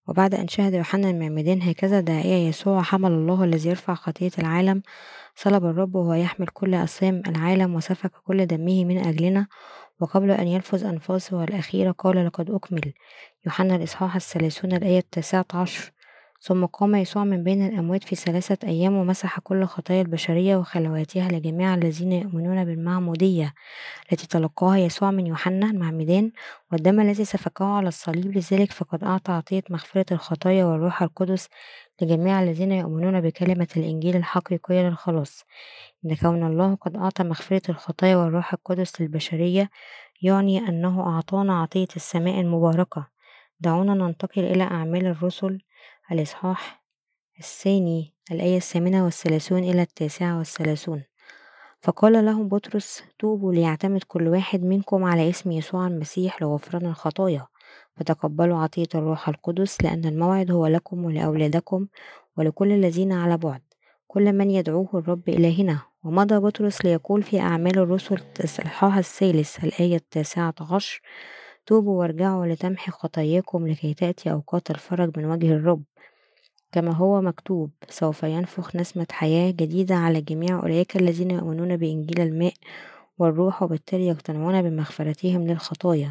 وبعد أن شهد يوحنا المعمدان هكذا داعية يسوع حمل الله الذي يرفع خطية العالم، صلب الرب وهو يحمل كل أثام العالم وسفك كل دمه من أجلنا، وقبل أن يلفظ أنفاسه الأخيرة قال لقد أكمل. يوحنا الإصحاح الثلاثون الآية التاسعة عشر. ثم قام يسوع من بين الأموات في ثلاثة أيام ومسح كل خطايا البشرية وخلواتها لجميع الذين يؤمنون بالمعمودية التي تلقاها يسوع من يوحنا المعمدان والدم الذي سفكه على الصليب. لذلك فقد أعطى عطية مغفرة الخطايا والروح القدس لجميع الذين يؤمنون بكلمة الإنجيل الحقيقية للخلاص. إن كون الله قد أعطى مغفرة الخطايا والروح القدس للبشرية يعني أنه أعطانا عطية السماء المباركة. دعونا ننتقل إلى أعمال الرسل الإصحاح الثاني الآية الثامنة والثلاثون إلى التاسعة والثلاثون. فقال لهم بطرس: توبوا ليعتمد كل واحد منكم على اسم يسوع المسيح لغفران الخطايا، فتقبلوا عطية الروح القدس، لأن الموعد هو لكم ولأولادكم ولكل الذين على بعد، كل من يدعوه الرب إلهنا. ومضى بطرس ليقول في أعمال الرسل الإصحاح الثالث الآية التاسعة عشر: توبوا وارجعوا لتمحي خطاياكم لكي تأتي أوقات الفرج من وجه الرب، كما هو مكتوب: سوف ينفخ نسمة حياة جديدة على جميع أولئك الذين يؤمنون بإنجيل الماء والروح، وبالتالي يقتنعون بمغفرتهم للخطايا.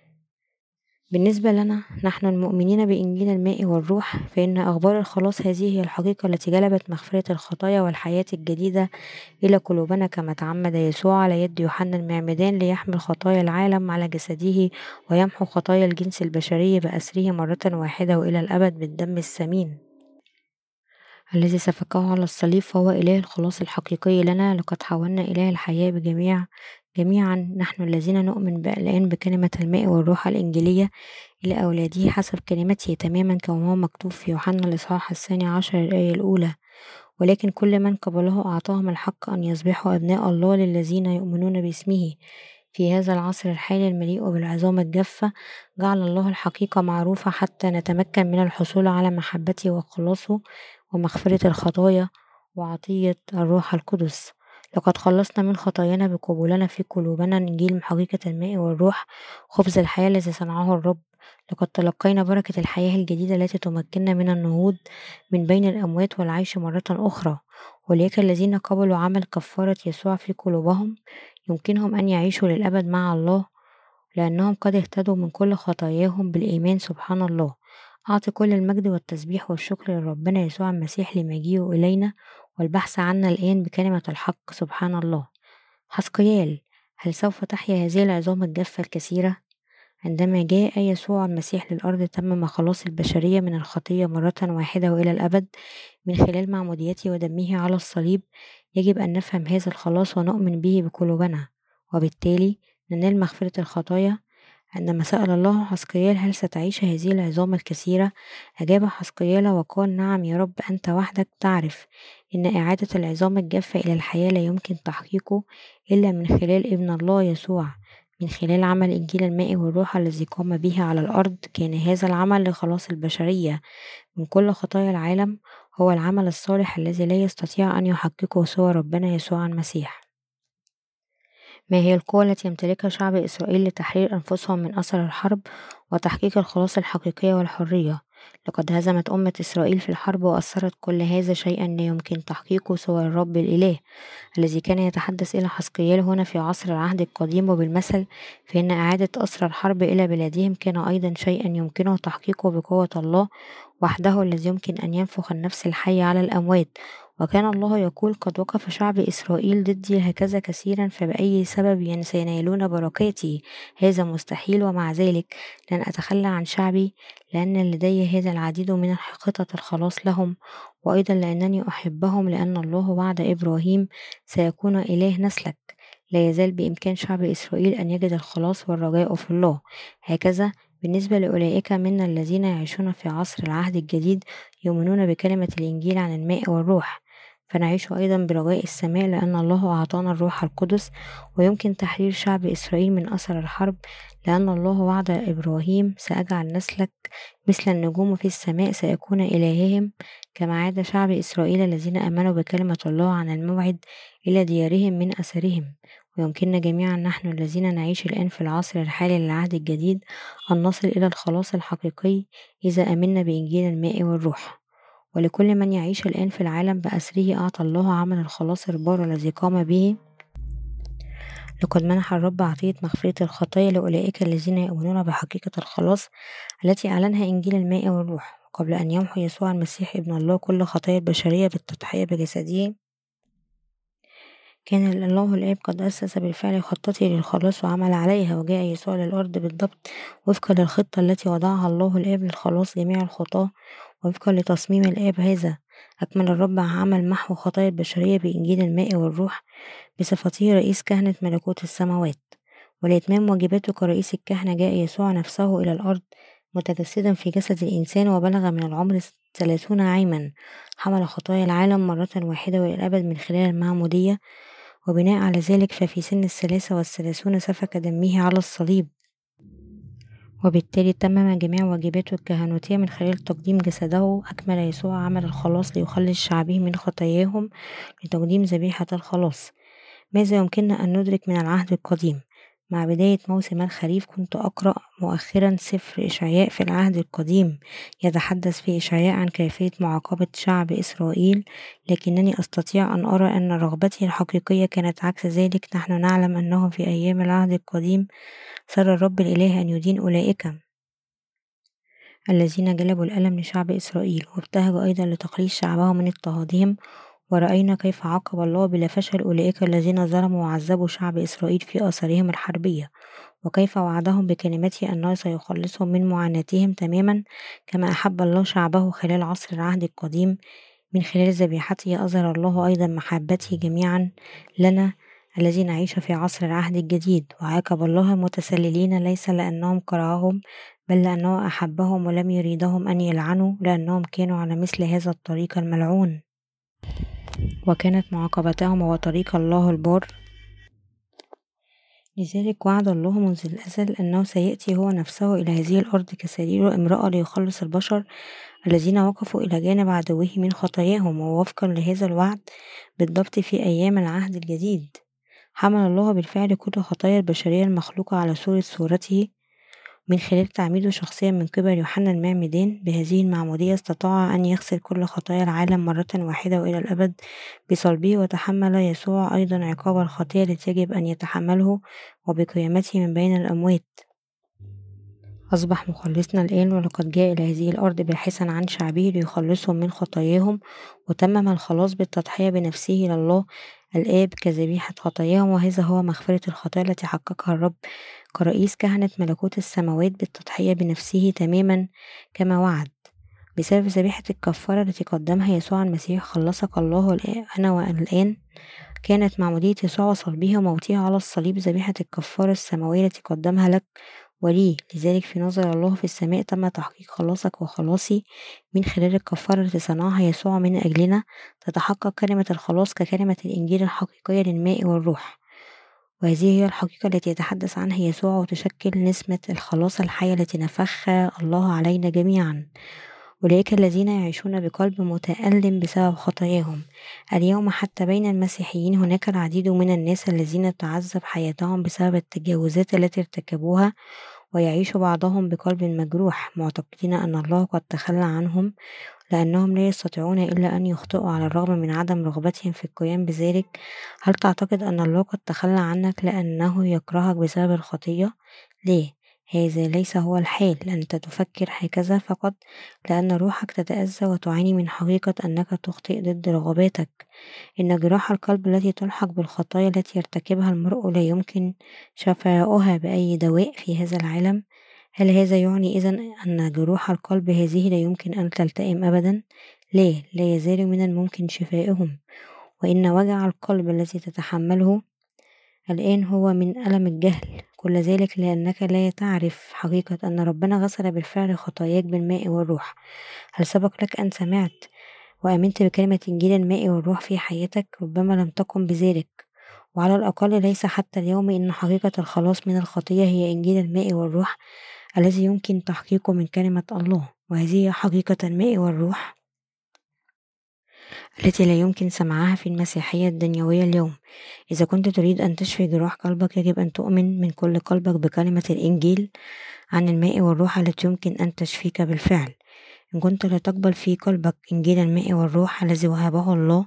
بالنسبة لنا نحن المؤمنين بإنجيل الماء والروح، فإن أخبار الخلاص هذه هي الحقيقة التي جلبت مغفرة الخطايا والحياة الجديدة إلى قلوبنا، كما تعمد يسوع على يد يوحنا المعمدان ليحمل خطايا العالم على جسده ويمحو خطايا الجنس البشري بأسره مرة واحدة وإلى الأبد بالدم الثمين الذي سفكه على الصليب، فهو إله الخلاص الحقيقي لنا. لقد حولنا إله الحياة بجميع جميعا نحن الذين نؤمن الآن بكلمة الماء والروح الإنجيلية إلى أولاده حسب كلمته تماما، كما هو مكتوب في يوحنا الإصحاح الثاني عشر الآية الأولى: ولكن كل من قبله أعطاهم الحق أن يصبحوا أبناء الله للذين يؤمنون باسمه. في هذا العصر الحالي المليء بالعظام الجافة جعل الله الحقيقة معروفة حتى نتمكن من الحصول على محبته وخلاصه ومغفرة الخطايا وعطية الروح القدس. لقد خلصنا من خطايانا بقبولنا في قلوبنا إنجيل حقيقة الماء والروح، خبز الحياة الذي صنعه الرب. لقد تلقينا بركة الحياة الجديدة التي تمكننا من النهوض من بين الأموات والعيش مرة أخرى. أولئك الذين قبلوا عمل كفارة يسوع في قلوبهم يمكنهم أن يعيشوا للأبد مع الله، لأنهم قد اهتدوا من كل خطاياهم بالإيمان. سبحان الله. أعطي كل المجد والتسبيح والشكر لربنا يسوع المسيح لمجيئه إلينا والبحث عنا الآن بكلمة الحق. سبحان الله. حسقيال: هل سوف تحيا هذه العظام الجافة الكثيرة؟ عندما جاء يسوع المسيح للأرض تمم خلاص البشرية من الخطية مرة واحدة وإلى الأبد من خلال معموديته ودمه على الصليب. يجب أن نفهم هذا الخلاص ونؤمن به بقلوبنا، وبالتالي ننال مغفرة الخطايا. عندما سأل الله حسقيال: هل ستعيش هذه العظام الكثيرة؟ أجاب حسقيال وقال: نعم يا رب، أنت وحدك تعرف إن إعادة العظام الجافة إلى الحياة لا يمكن تحقيقه إلا من خلال ابن الله يسوع، من خلال عمل إنجيل الماء والروح الذي قام به على الأرض. كان هذا العمل لخلاص البشرية من كل خطايا العالم، هو العمل الصالح الذي لا يستطيع أن يحققه سوى ربنا يسوع المسيح. ما هي القوة التي يمتلكها شعب إسرائيل لتحرير أنفسهم من أثر الحرب وتحقيق الخلاص الحقيقية والحرية؟ لقد هزمت أمة إسرائيل في الحرب وأثرت كل هذا شيئا لا يمكن تحقيقه سوى الرب الإله الذي كان يتحدث إلى حسقيال هنا في عصر العهد القديم. وبالمثل فإن إعادة أسر الحرب إلى بلادهم كان أيضا شيئا يمكنه تحقيقه بقوة الله وحده الذي يمكن أن ينفخ النفس الحية على الأموات. وكان الله يقول: قد وقف شعب إسرائيل ضدي هكذا كثيرا، فبأي سبب سينالون بركاتي؟ هذا مستحيل، ومع ذلك لن أتخلى عن شعبي، لأن لدي هذا العديد من خطط الخلاص لهم، وأيضا لأنني أحبهم، لأن الله وعد إبراهيم: سيكون إله نسلك. لا يزال بإمكان شعب إسرائيل أن يجد الخلاص والرجاء في الله. هكذا بالنسبة لأولئك منا الذين يعيشون في عصر العهد الجديد يؤمنون بكلمة الإنجيل عن الماء والروح، فنعيش أيضا برجاء السماء، لأن الله أعطانا الروح القدس. ويمكن تحرير شعب إسرائيل من أثر الحرب، لأن الله وعد إبراهيم: سأجعل نسلك مثل النجوم في السماء، سيكون إلههم. كما عاد شعب إسرائيل الذين آمنوا بكلمة الله عن الموعد إلى ديارهم من أثرهم. ويمكننا جميعا نحن الذين نعيش الآن في العصر الحالي للعهد الجديد أن نصل إلى الخلاص الحقيقي إذا آمنا بإنجيل الماء والروح. ولكل من يعيش الآن في العالم بأسره أعطى الله عمل الخلاص البار الذي قام به. لقد منح الرب عطية مغفرة الخطايا لأولئك الذين يؤمنون بحقيقة الخلاص التي أعلنها إنجيل الماء والروح، قبل أن يمحو يسوع المسيح ابن الله كل خطايا البشرية بالتضحية بجسده. كان الله الآب قد أسس بالفعل خطته للخلاص وعمل عليها، وجاء يسوع للأرض بالضبط وفقا للخطة التي وضعها الله الآب للخلاص جميع الخطاة. وفقا لتصميم الآب هذا أكمل الرب عمل محو خطايا البشرية بإنجيل الماء والروح بصفته رئيس كهنة ملكوت السماوات. ولإتمام واجباته كرئيس الكهنة جاء يسوع نفسه إلى الأرض متجسدا في جسد الإنسان، وبلغ من العمر ثلاثون عاما، حمل خطايا العالم مرة واحدة وإلى الأبد من خلال المعمودية. وبناء على ذلك ففي سن الثلاثة والثلاثون سفك دمه على الصليب، وبالتالي تمم جميع واجباته الكهنوتية من خلال تقديم جسده. أكمل يسوع عمل الخلاص ليخلص شعبه من خطاياهم لتقديم ذبيحة الخلاص. ماذا يمكننا أن ندرك من العهد القديم؟ مع بداية موسم الخريف كنت أقرأ مؤخرا سفر إشعياء في العهد القديم يتحدث في إشعياء عن كيفية معاقبة شعب إسرائيل، لكنني أستطيع أن أرى أن رغبته الحقيقية كانت عكس ذلك. نحن نعلم أنه في أيام العهد القديم سر الرب الإله أن يدين أولئك الذين جلبوا الألم لشعب إسرائيل، وابتهج أيضا لتخليص شعبه من اضطهادهم. ورأينا كيف عاقب الله بلا فشل أولئك الذين ظلموا وعذبوا شعب إسرائيل في آثارهم الحربية، وكيف وعدهم بكلمته أنه سيخلصهم من معاناتهم تماما كما أحب الله شعبه خلال عصر العهد القديم. من خلال ذبيحته أظهر الله أيضا محبته جميعا لنا الذين نعيش في عصر العهد الجديد. وعاقب الله المتسللين ليس لأنهم كرههم، بل لأنه أحبهم ولم يريدهم أن يلعنوا، لأنهم كانوا على مثل هذا الطريق الملعون، وكانت معاقبتهم هو طريق الله البار. لذلك وعد الله منذ الأزل أنه سيأتي هو نفسه إلى هذه الأرض كسرير امرأة ليخلص البشر الذين وقفوا إلى جانب عدوه من خطاياهم. ووفقا لهذا الوعد بالضبط في أيام العهد الجديد حمل الله بالفعل كل خطايا البشرية المخلوقة على صورة صورته من خلال تعميده شخصيا من قبل يوحنا المعمدان. بهذه المعمودية استطاع أن يغسل كل خطايا العالم مرة واحدة وإلى الأبد بصلبه. وتحمل يسوع أيضا عقاب الخطية التي يجب أن يتحمله، وبقيامته من بين الأموات أصبح مخلصنا الآن. ولقد جاء إلى هذه الأرض باحثا عن شعبه ليخلصهم من خطاياهم، وتمم الخلاص بالتضحية بنفسه لله الآب كذبيحة خطاياهم. وهذا هو مغفرة الخطايا التي حققها الرب كرئيس كهنة ملكوت السماوات بالتضحية بنفسه تماما كما وعد. بسبب ذبيحة الكفارة التي قدمها يسوع المسيح خلصك الله الآن أنا والآن. كانت معمودية يسوع وصلبه وموته على الصليب ذبيحة الكفارة السماوية التي قدمها لك ولي. لذلك في نظر الله في السماء تم تحقيق خلاصك وخلاصي من خلال الكفارة التي صنعها يسوع من أجلنا. تتحقق كلمة الخلاص ككلمة الإنجيل الحقيقية للماء والروح، وهذه هي الحقيقة التي يتحدث عنها يسوع، وتشكل نسمة الخلاص الحية التي نفخها الله علينا جميعا. أولئك الذين يعيشون بقلب متألم بسبب خطاياهم. اليوم حتى بين المسيحيين هناك العديد من الناس الذين تعذب حياتهم بسبب التجاوزات التي ارتكبوها، ويعيش بعضهم بقلب مجروح معتقدين أن الله قد تخلى عنهم لأنهم لا يستطيعون إلا أن يخطئوا على الرغم من عدم رغبتهم في القيام بذلك. هل تعتقد أن الله قد تخلى عنك لأنه يكرهك بسبب الخطية؟ ليه؟ هذا ليس هو الحال. أنت تفكر هكذا فقط لأن روحك تتأذى وتعاني من حقيقة أنك تخطئ ضد رغباتك. إن جراح القلب التي تلحق بالخطايا التي يرتكبها المرء لا يمكن شفاؤها بأي دواء في هذا العالم. هل هذا يعني إذن أن جروح القلب هذه لا يمكن أن تلتئم أبدا؟ لا، لا يزال من الممكن شفائهم. وإن وجع القلب الذي تتحمله الآن هو من ألم الجهل، كل ذلك لأنك لا تعرف حقيقة أن ربنا غسل بالفعل خطاياك بالماء والروح. هل سبق لك أن سمعت وآمنت بكلمة إنجيل الماء والروح في حياتك؟ ربما لم تقم بذلك، وعلى الأقل ليس حتى اليوم. إن حقيقة الخلاص من الخطية هي إنجيل الماء والروح الذي يمكن تحقيقه من كلمة الله، وهذه حقيقة الماء والروح التي لا يمكن سماعها في المسيحية الدنيوية اليوم. إذا كنت تريد أن تشفي جراح قلبك يجب أن تؤمن من كل قلبك بكلمة الإنجيل عن الماء والروح التي يمكن أن تشفيك بالفعل. إن كنت لا تقبل في قلبك إنجيل الماء والروح الذي وهبه الله،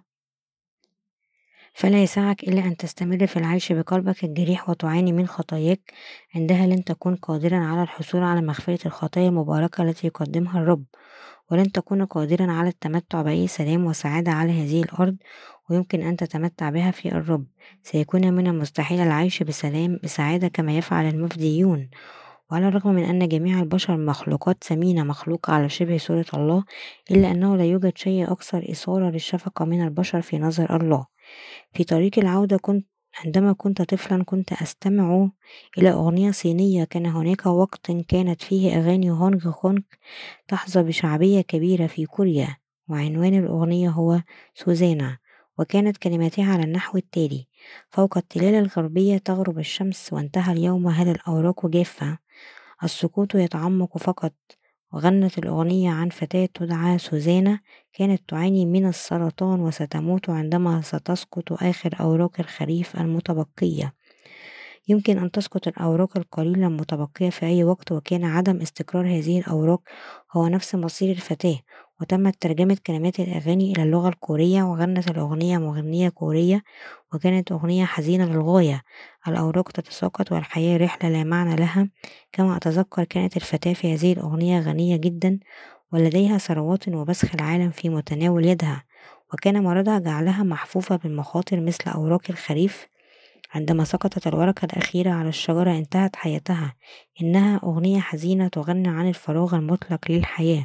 فلا يسعك إلا أن تستمر في العيش بقلبك الجريح وتعاني من خطاياك. عندها لن تكون قادرا على الحصول على مغفرة الخطايا المباركة التي يقدمها الرب، ولن تكون قادرا على التمتع بأي سلام وسعادة على هذه الأرض ويمكن أن تتمتع بها في الرب. سيكون من المستحيل العيش بسلام بسعادة كما يفعل المفديون. وعلى الرغم من أن جميع البشر مخلوقات ثمينة مخلوقة على شبه صورة الله، إلا أنه لا يوجد شيء أكثر إثارة للشفقة من البشر في نظر الله. في طريق العودة كنت عندما كنت طفلا كنت أستمع إلى أغنية صينية. كان هناك وقت كانت فيه أغاني هونغ كونغ تحظى بشعبية كبيرة في كوريا، وعنوان الأغنية هو سوزانا، وكانت كلماتها على النحو التالي: فوق التلال الغربية تغرب الشمس وانتهى اليوم، هل الأوراق جافة، السكوت يتعمق فقط. وغنت الأغنية عن فتاة تدعى سوزانا كانت تعاني من السرطان وستموت عندما ستسقط آخر أوراق الخريف المتبقية. يمكن أن تسقط الأوراق القليلة المتبقية في أي وقت، وكان عدم استقرار هذه الأوراق هو نفس مصير الفتاة. وتمت ترجمة كلمات الأغاني إلى اللغة الكورية، وغنت الأغنية مغنية كورية، وكانت أغنية حزينة للغاية: الأوراق تتساقط والحياة رحلة لا معنى لها. كما أتذكر كانت الفتاة في هذه الأغنية غنية جدا ولديها ثروات وبسخ العالم في متناول يدها، وكان مرضها جعلها محفوفة بالمخاطر مثل أوراق الخريف. عندما سقطت الورقة الأخيرة على الشجرة انتهت حياتها. إنها أغنية حزينة تغني عن الفراغ المطلق للحياة.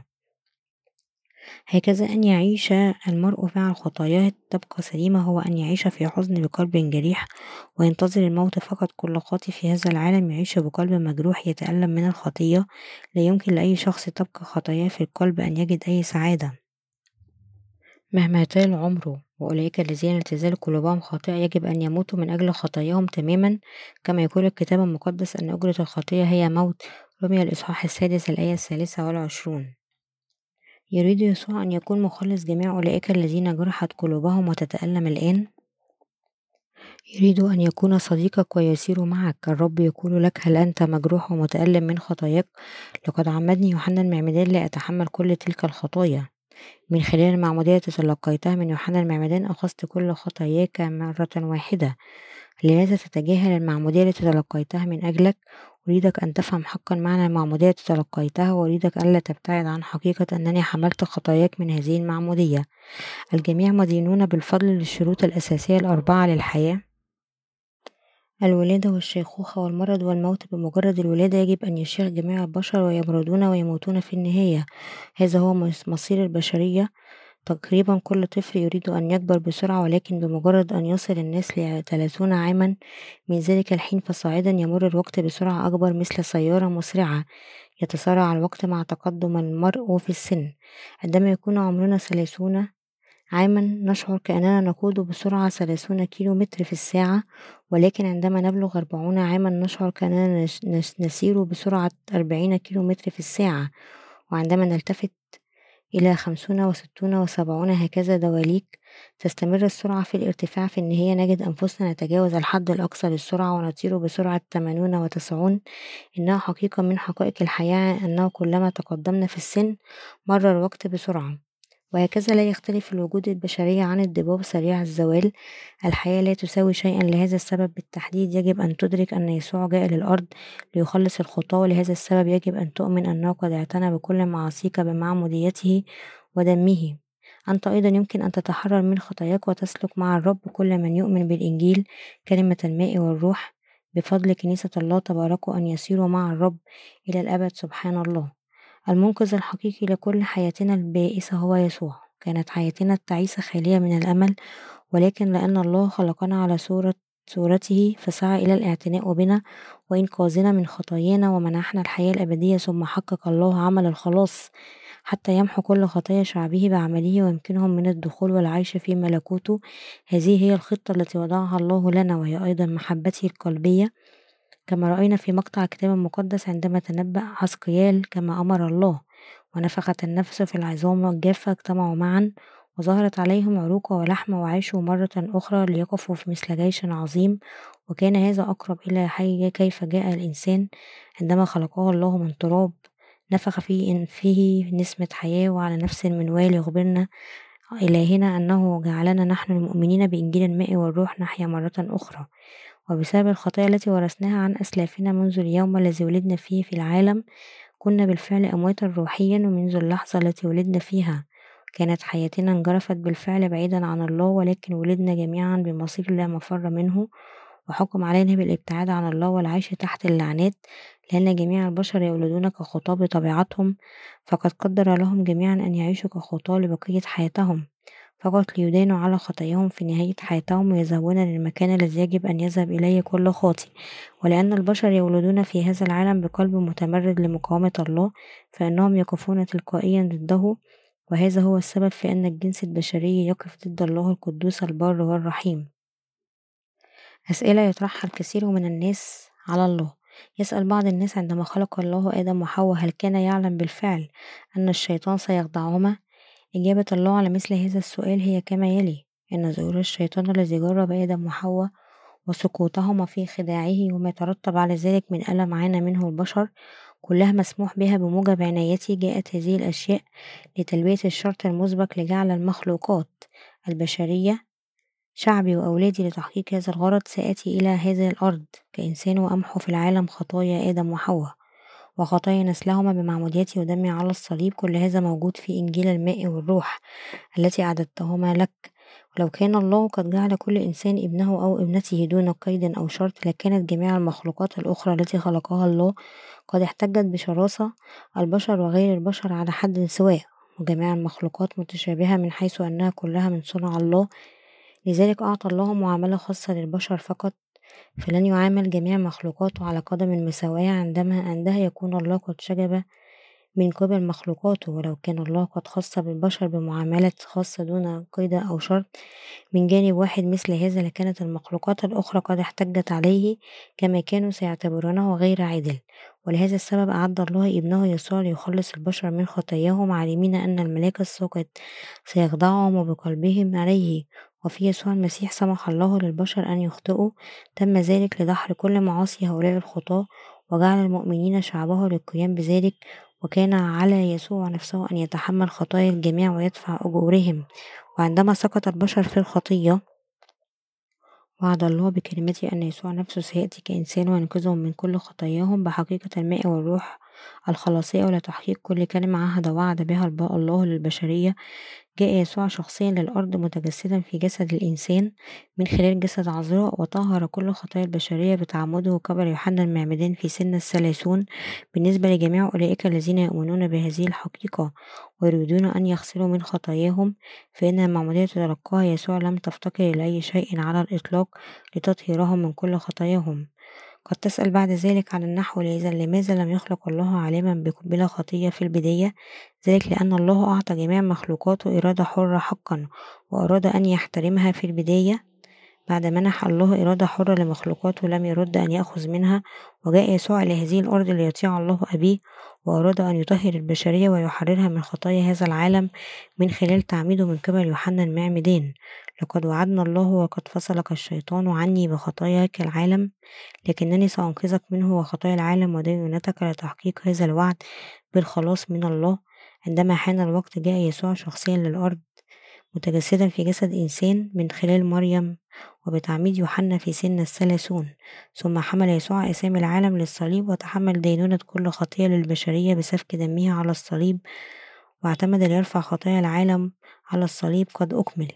هكذا أن يعيش المرء مع خطاياه تبقى سليمة هو أن يعيش في حزن بقلب جريح وينتظر الموت فقط. كل خاطئ في هذا العالم يعيش بقلب مجروح يتألم من الخطية. لا يمكن لأي شخص تبقى خطاياه في القلب أن يجد أي سعادة مهما طال عمره. وأولئك الذين لا تزال قلوبهم خاطئة يجب أن يموتوا من أجل خطاياهم تماما، كما يقول الكتاب المقدس أن أجرة الخطية هي موت. رمي الإصحاح السادس الآية الثالثة والعشرون. يريد يسوع أن يكون مخلص جميع أولئك الذين جرحت قلوبهم وتتألم الآن. يريد أن يكون صديقك ويسير معك. الرب يقول لك: هل أنت مجروح ومتألم من خطاياك؟ لقد عمدني يوحنا المعمدان لأتحمل كل تلك الخطايا. من خلال المعمودية التي تلقيتها من يوحنا المعمدان أخذت كل خطاياك مرة واحدة. لماذا تتجاهل المعمودية التي تلقيتها من أجلك؟ أريدك أن تفهم حقا معنى المعمودية التي تلقيتها، وأريدك ألا تبتعد عن حقيقة أنني حملت خطاياك من هذه المعمودية. الجميع مدينون بالفضل للشروط الأساسية الأربعة للحياة: الولادة والشيخوخة والمرض والموت. بمجرد الولادة يجب أن يشيخ جميع البشر ويمرضون ويموتون في النهاية. هذا هو مصير البشرية. تقريبا كل طفل يريد أن يكبر بسرعة، ولكن بمجرد أن يصل الناس لثلاثون عاما من ذلك الحين فصاعدا يمر الوقت بسرعة أكبر مثل سيارة مسرعة. يتسارع الوقت مع تقدم المرء في السن. عندما يكون عمرنا ثلاثون عاما نشعر كأننا نقود بسرعة ثلاثون كيلو متر في الساعة، ولكن عندما نبلغ أربعون عاما نشعر كأننا نسير بسرعة أربعين كيلو متر في الساعة. وعندما نلتفت إلى خمسون وستون وسبعون هكذا دواليك تستمر السرعة في الارتفاع. في النهاية نجد أنفسنا نتجاوز الحد الأقصى للسرعة ونطير بسرعة ثمانون وتسعون. إنها حقيقة من حقائق الحياة أنه كلما تقدمنا في السن مر الوقت بسرعة. وهكذا لا يختلف الوجود البشري عن الضباب سريع الزوال. الحياة لا تساوي شيئا. لهذا السبب بالتحديد يجب أن تدرك أن يسوع جاء للأرض ليخلص الخطاة، ولهذا السبب يجب أن تؤمن أنه قد اعتنى بكل معاصيك بمعموديته ودمه. أنت أيضا يمكن أن تتحرر من خطاياك وتسلك مع الرب. كل من يؤمن بالإنجيل كلمة الماء والروح بفضل كنيسة الله تباركوا أن يسيروا مع الرب إلى الأبد. سبحان الله. المنقذ الحقيقي لكل حياتنا البائسة هو يسوع. كانت حياتنا التعيسة خالية من الأمل، ولكن لأن الله خلقنا على صورة صورته فسعى إلى الاعتناء بنا وإنقاذنا من خطايانا ومنحنا الحياة الأبدية. ثم حقق الله عمل الخلاص حتى يمحو كل خطايا شعبه بعمله ويمكنهم من الدخول والعيش في ملكوته. هذه هي الخطة التي وضعها الله لنا، وهي أيضا محبته القلبية، كما رأينا في مقطع الكتاب المقدس عندما تنبأ حزقيال كما أمر الله: ونفخت النفس في العظام والجافة اجتمعوا معا وظهرت عليهم عروق ولحم وعاشوا مرة أخرى ليقفوا في مثل جيش عظيم. وكان هذا أقرب إلى حي كيف جاء الإنسان عندما خلقه الله من تراب، نفخ في إن فيه نسمة حياة، وعلى نفس المنوال يخبرنا إلهنا أنه جعلنا نحن المؤمنين بإنجيل الماء والروح نحيا مرة أخرى. وبسبب الخطايا التي ورثناها عن أسلافنا منذ اليوم الذي ولدنا فيه في العالم، كنا بالفعل أمواتا روحيا، ومنذ اللحظة التي ولدنا فيها كانت حياتنا انجرفت بالفعل بعيدا عن الله، ولكن ولدنا جميعا بمصير لا مفر منه، وحكم علينا بالابتعاد عن الله والعيش تحت اللعنات، لأن جميع البشر يولدون كخطاة بطبيعتهم، فقد قدر لهم جميعا أن يعيشوا كخطاة لبقية حياتهم، فقط ليدانوا على خطاياهم في نهاية حياتهم ويذهبون للمكان الذي يجب أن يذهب إليه كل خاطئ. ولأن البشر يولدون في هذا العالم بقلب متمرد لمقاومة الله، فإنهم يقفون تلقائيا ضده، وهذا هو السبب في أن الجنس البشري يقف ضد الله القدوس البار والرحيم. أسئلة يطرحها الكثير من الناس على الله. يسأل بعض الناس عندما خلق الله آدم وحواء هل كان يعلم بالفعل أن الشيطان سيخدعهما؟ إجابة الله على مثل هذا السؤال هي كما يلي: إن ظهور الشيطان الذي جرب آدم وحواء وسقوطهما في خداعه وما يترتب على ذلك من ألم عانى منه البشر كلها مسموح بها بموجب عنايتي. جاءت هذه الأشياء لتلبية الشرط المسبق لجعل المخلوقات البشرية شعبي وأولادي. لتحقيق هذا الغرض سآتي إلى هذه الأرض كإنسان وأمحو في العالم خطايا آدم وحواء وخطايا نسلهما بمعموديتي ودمي على الصليب. كل هذا موجود في إنجيل الماء والروح التي أعددتهما لك. ولو كان الله قد جعل كل إنسان ابنه أو ابنته دون قيد أو شرط، لكانت جميع المخلوقات الأخرى التي خلقها الله قد احتجت بشراسة البشر وغير البشر على حد سواء، وجميع المخلوقات متشابهة من حيث أنها كلها من صنع الله. لذلك أعطى الله معاملة خاصة للبشر فقط، فلن يعامل جميع مخلوقاته على قدم المساواة عندما عندها يكون الله قد شجب من قبل مخلوقاته. ولو كان الله قد خص بالبشر بمعاملة خاصة دون قيد أو شرط من جانب واحد مثل هذا، لكانت المخلوقات الأخرى قد احتجت عليه كما كانوا سيعتبرونه غير عادل. ولهذا السبب أعد الله ابنه يسوع ليخلص البشر من خطاياهم، عالمين أن الملاك الساقط سيخضعهم وبقلبهم عليه. وفي يسوع المسيح سمح الله للبشر أن يخطئوا، تم ذلك لدحر كل معاصي هؤلاء الخطاة، وجعل المؤمنين شعبه للقيام بذلك. وكان على يسوع نفسه أن يتحمل خطايا الجميع ويدفع أجورهم. وعندما سقط البشر في الخطية وعد الله بكلمته أن يسوع نفسه سيأتي كإنسان وينقذهم من كل خطاياهم بحقيقة الماء والروح الخلاصية. ولتحقيق كل كلمة عهد وعد بها الله للبشرية، جاء يسوع شخصيا للأرض متجسدا في جسد الإنسان من خلال جسد عذراء، وطهر كل خطايا البشرية بتعمده كبر يوحنا المعمدان في سن الثلاثون بالنسبة لجميع أولئك الذين يؤمنون بهذه الحقيقة ويريدون أن يغسلوا من خطاياهم، فإن المعمودية تلقاها يسوع لم تفتقر إلى أي شيء على الإطلاق لتطهيرهم من كل خطاياهم. قد تسأل بعد ذلك على النحو: إذا لماذا لم يخلق الله عالما بك- بلا خطية في البداية؟ ذلك لأن الله أعطى جميع مخلوقاته إرادة حرة حقا، وأراد أن يحترمها في البداية. بعد منح الله إرادة حرة لمخلوقاته لم يرد أن يأخذ منها، وجاء يسوع إلى هذه الأرض ليطيع الله أبيه، وأراد أن يطهر البشرية ويحررها من خطايا هذا العالم من خلال تعميده من قبل يوحنا المعمدان. لقد وعدنا الله: وقد فصلك الشيطان عني بخطاياك العالم، لكنني سأنقذك منه وخطايا العالم ودينونتك، لتحقيق هذا الوعد بالخلاص من الله. عندما حان الوقت جاء يسوع شخصيا للأرض متجسدا في جسد إنسان من خلال مريم وبتعميد يوحنا في سن الثلاثون. ثم حمل يسوع آثام العالم للصليب وتحمل دينونة كل خطية للبشرية بسفك دمه على الصليب، واعتمد ليرفع خطايا العالم على الصليب. قد أكمل.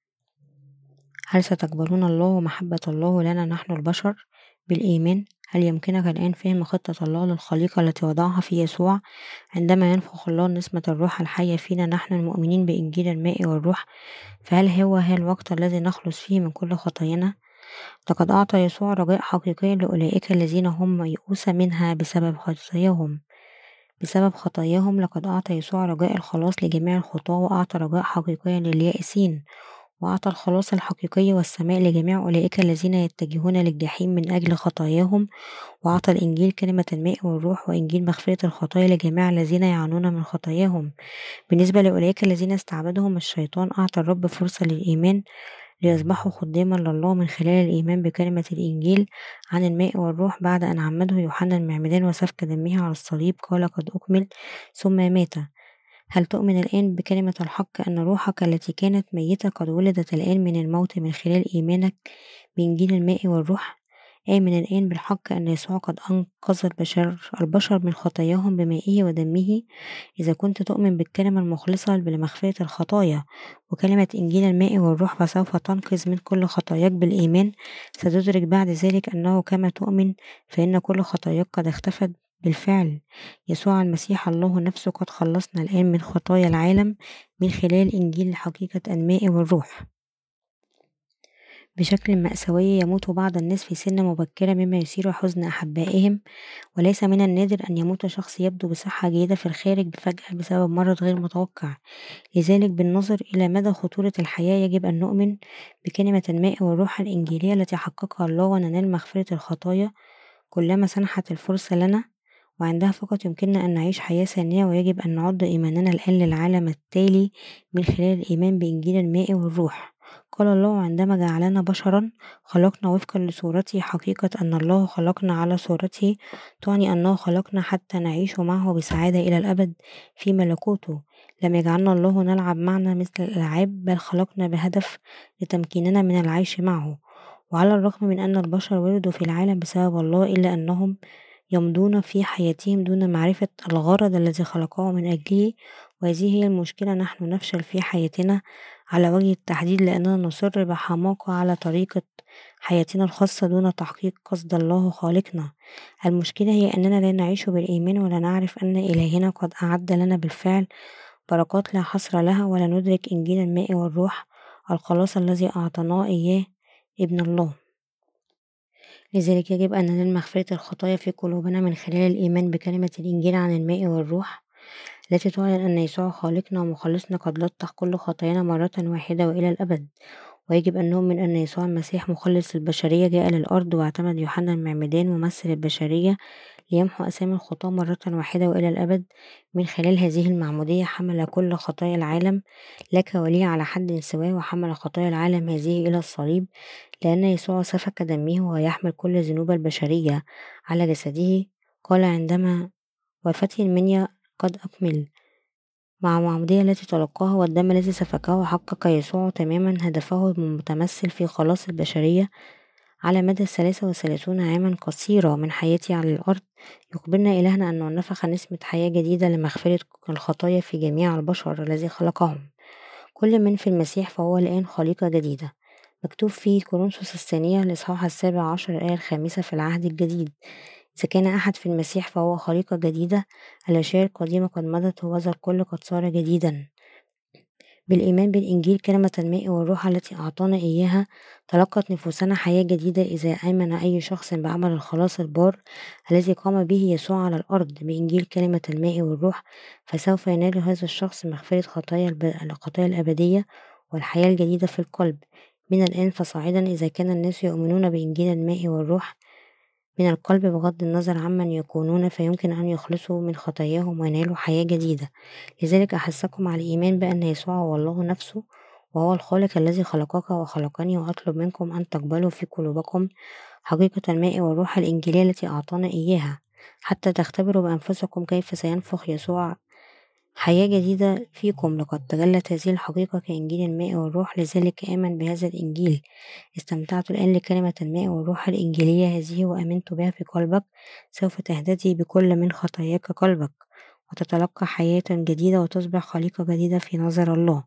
هل ستقبلون الله ومحبة الله لنا نحن البشر بالإيمان؟ هل يمكنك الآن فهم خطة الله للخليقة التي وضعها في يسوع عندما ينفخ الله نسمة الروح الحية فينا نحن المؤمنين بإنجيل الماء والروح؟ فهل هو ها الوقت الذي نخلص فيه من كل خطايانا؟ لقد أعطى يسوع رجاء حقيقي لأولئك الذين هم ميؤوس منها بسبب خطاياهم بسبب خطاياهم لقد أعطى يسوع رجاء الخلاص لجميع الخطاة، وأعطى رجاء حقيقي لليائسين، وأعطى الخلاص الحقيقي والسماء لجميع أولئك الذين يتجهون للجحيم من أجل خطاياهم، وأعطى الإنجيل كلمة الماء والروح وإنجيل مغفرة الخطايا لجميع الذين يعانون من خطاياهم. بالنسبة لأولئك الذين استعبدهم الشيطان أعطى الرب فرصة للإيمان ليصبحوا خداما لله من خلال الإيمان بكلمة الإنجيل عن الماء والروح، بعد أن عمده يوحنا المعمدان وسفك دمه على الصليب قال قد أكمل ثم مات. هل تؤمن الآن بكلمة الحق أن روحك التي كانت ميتة قد ولدت الآن من الموت من خلال إيمانك بإنجيل الماء والروح؟ آمن الآن بالحق أن يسوع قد أنقذ البشر البشر من خطاياهم بمائه ودمه. إذا كنت تؤمن بالكلمة المخلصة لمغفرة الخطايا وكلمة إنجيل الماء والروح فسوف تنقذ من كل خطاياك بالإيمان. ستدرك بعد ذلك أنه كما تؤمن فإن كل خطاياك قد اختفت بالفعل. يسوع المسيح الله نفسه قد خلصنا الآن من خطايا العالم من خلال إنجيل حقيقة الماء والروح. بشكل مأساوي يموت بعض الناس في سن مبكرة مما يثير حزن أحبائهم، وليس من النادر أن يموت شخص يبدو بصحة جيدة في الخارج فجأة بسبب مرض غير متوقع. لذلك بالنظر إلى مدى خطورة الحياة يجب أن نؤمن بكلمة الماء والروح الإنجيلية التي حققها الله وننال مغفرة الخطايا كلما سنحت الفرصة لنا، وعندها فقط يمكننا أن نعيش حياة ثانية. ويجب أن نعد إيماننا الآن للعالم التالي من خلال الإيمان بإنجيل الماء والروح. قال الله عندما جعلنا بشرا خلقنا وفقا لصورته. حقيقة أن الله خلقنا على صورته تعني أنه خلقنا حتى نعيش معه بسعادة إلى الأبد في ملكوته. لم يجعلنا الله نلعب معنا مثل الألعاب، بل خلقنا بهدف لتمكيننا من العيش معه. وعلى الرغم من أن البشر ولدوا في العالم بسبب الله إلا أنهم يمضون في حياتهم دون معرفة الغرض الذي خلقه من أجله. وهذه هي المشكلة، نحن نفشل في حياتنا على وجه التحديد لأننا نصر بحماقة على طريقة حياتنا الخاصة دون تحقيق قصد الله خالقنا. المشكلة هي أننا لا نعيش بالإيمان ولا نعرف أن إلهنا قد أعد لنا بالفعل بركات لا حصر لها، ولا ندرك إنجيل الماء والروح الخلاص الذي أعطاناه إياه ابن الله. لذلك يجب أن ننال مغفرة الخطايا في قلوبنا من خلال الإيمان بكلمة الإنجيل عن الماء والروح التي تعلن أن يسوع خالقنا ومخلصنا قد لطخ كل خطايانا مرة واحدة وإلى الأبد. ويجب أن نؤمن أن يسوع المسيح مخلص البشرية جاء للأرض واعتمد يوحنا المعمدان ممثل البشرية ليمحو أسامي الخطاة مرة واحدة وإلى الأبد. من خلال هذه المعمودية حمل كل خطايا العالم لك ولي على حد سواء، وحمل خطايا العالم هذه إلى الصليب، لأن يسوع سفك دمه ويحمل كل ذنوب البشرية على جسده. قال عندما وفته المنيا قد أكمل. مع المعمودية التي تلقاها والدم الذي سفكه حقق يسوع تماما هدفه المتمثل في خلاص البشرية على مدى الثلاثة وثلاثون عاما قصيرة من حياتي على الأرض. يخبرنا إلهنا أنه نفخ نسمة حياة جديدة لمغفرة الخطايا في جميع البشر الذي خلقهم. كل من في المسيح فهو الآن خليقة جديدة. مكتوب في كورنثوس الثانية الإصحاح السابع عشر الآية الخامسة في العهد الجديد: إذا كان أحد في المسيح فهو خليقة جديدة، الأشياء القديمة قد مضت وذا الكل قد صار جديدا. بالإيمان بالإنجيل كلمة الماء والروح التي أعطانا إياها تلقت نفوسنا حياة جديدة. إذا آمن أي شخص بعمل الخلاص البار الذي قام به يسوع على الأرض بإنجيل كلمة الماء والروح فسوف ينال هذا الشخص مغفرة خطايا الب- الخطايا الأبدية والحياة الجديدة في القلب من الآن فصاعدا. إذا كان الناس يؤمنون بإنجيل الماء والروح من القلب بغض النظر عمن يكونون فيمكن أن يخلصوا من خطاياهم وينالوا حياة جديدة. لذلك أحثكم على الإيمان بأن يسوع هو الله نفسه وهو الخالق الذي خلقك وخلقني، وأطلب منكم أن تقبلوا في قلوبكم حقيقة الماء والروح الإنجيلية التي أعطانا إياها حتى تختبروا بأنفسكم كيف سينفخ يسوع حياة جديدة فيكم. لقد تجلت هذه الحقيقة كإنجيل الماء والروح، لذلك آمن بهذا الإنجيل. استمتعت الآن لكلمة الماء والروح الإنجيلية هذه وآمنت بها في قلبك، سوف تهتدي بكل من خطاياك قلبك وتتلقى حياة جديدة وتصبح خليقة جديدة في نظر الله.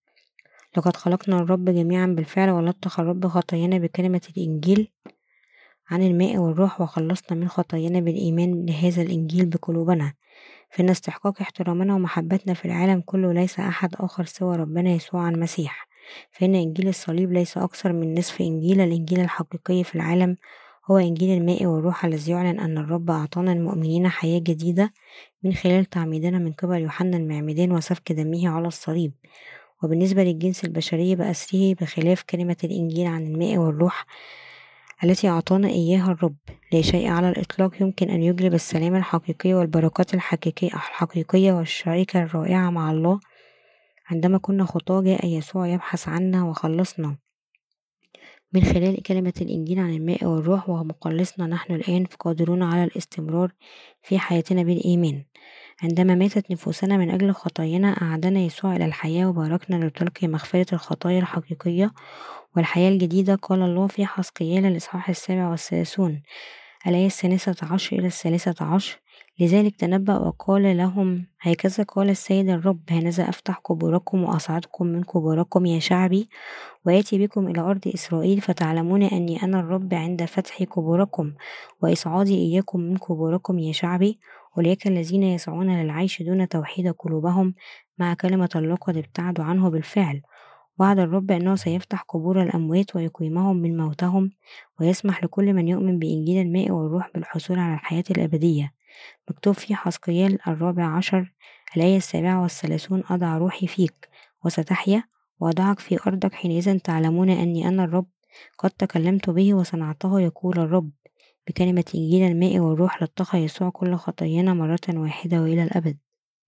لقد خلقنا الرب جميعا بالفعل ولطخ الرب خطايانا بكلمة الإنجيل عن الماء والروح وخلصنا من خطايانا بالإيمان لهذا الإنجيل بقلوبنا. فإن استحقاق احترامنا ومحبتنا في العالم كله ليس أحد آخر سوى ربنا يسوع المسيح. فإن إنجيل الصليب ليس أكثر من نصف إنجيل. الإنجيل الحقيقي في العالم هو إنجيل الماء والروح الذي يعلن أن الرب أعطانا المؤمنين حياة جديدة من خلال تعميدنا من قبل يوحنا المعمدان وسفك دمه على الصليب. وبالنسبة للجنس البشري بأسره، بخلاف كلمة الإنجيل عن الماء والروح التي أعطانا إياها الرب، لا شيء على الإطلاق يمكن أن يجلب السلام الحقيقي والبركات الحقيقية الحقيقية والشركة الرائعة مع الله. عندما كنا خطاة جاء يسوع يبحث عنا وخلصنا من خلال كلمة الإنجيل عن الماء والروح، وهو مخلصنا نحن الآن قادرون على الاستمرار في حياتنا بالإيمان. عندما ماتت نفوسنا من أجل خطايانا أعادنا يسوع إلى الحياة وباركنا لتلقي مغفرة الخطايا الحقيقية والحياة الجديدة. قال الله في حزقيال الإصحاح السابع والثلاثون الآية الثالثة عشر إلى الثالثة عشر: لذلك تنبأ وقال لهم: هكذا قال السيد الرب، هانذا أفتح قبوركم وأصعدكم من قبوركم يا شعبي، وآتي بكم إلى أرض إسرائيل، فتعلمون أني أنا الرب عند فتح قبوركم وإصعادي إياكم من قبوركم يا شعبي. أولئك الذين يسعون للعيش دون توحيد قلوبهم مع كلمة الله قد ابتعدوا عنه بالفعل. وعد الرب أنه سيفتح قبور الأموات ويقيمهم من موتهم، ويسمح لكل من يؤمن بإنجيل الماء والروح بالحصول على الحياة الأبدية. مكتوب في حزقيال الرابع عشر الآية السابعة والثلاثون: أضع روحي فيك وستحيا، وأضعك في أرضك، حينئذ تعلمون أني أنا الرب قد تكلمت به وصنعته، يقول الرب. بكلمة إنجيل الماء والروح لطخ يسوع كل خطايانا مرة واحدة وإلى الأبد.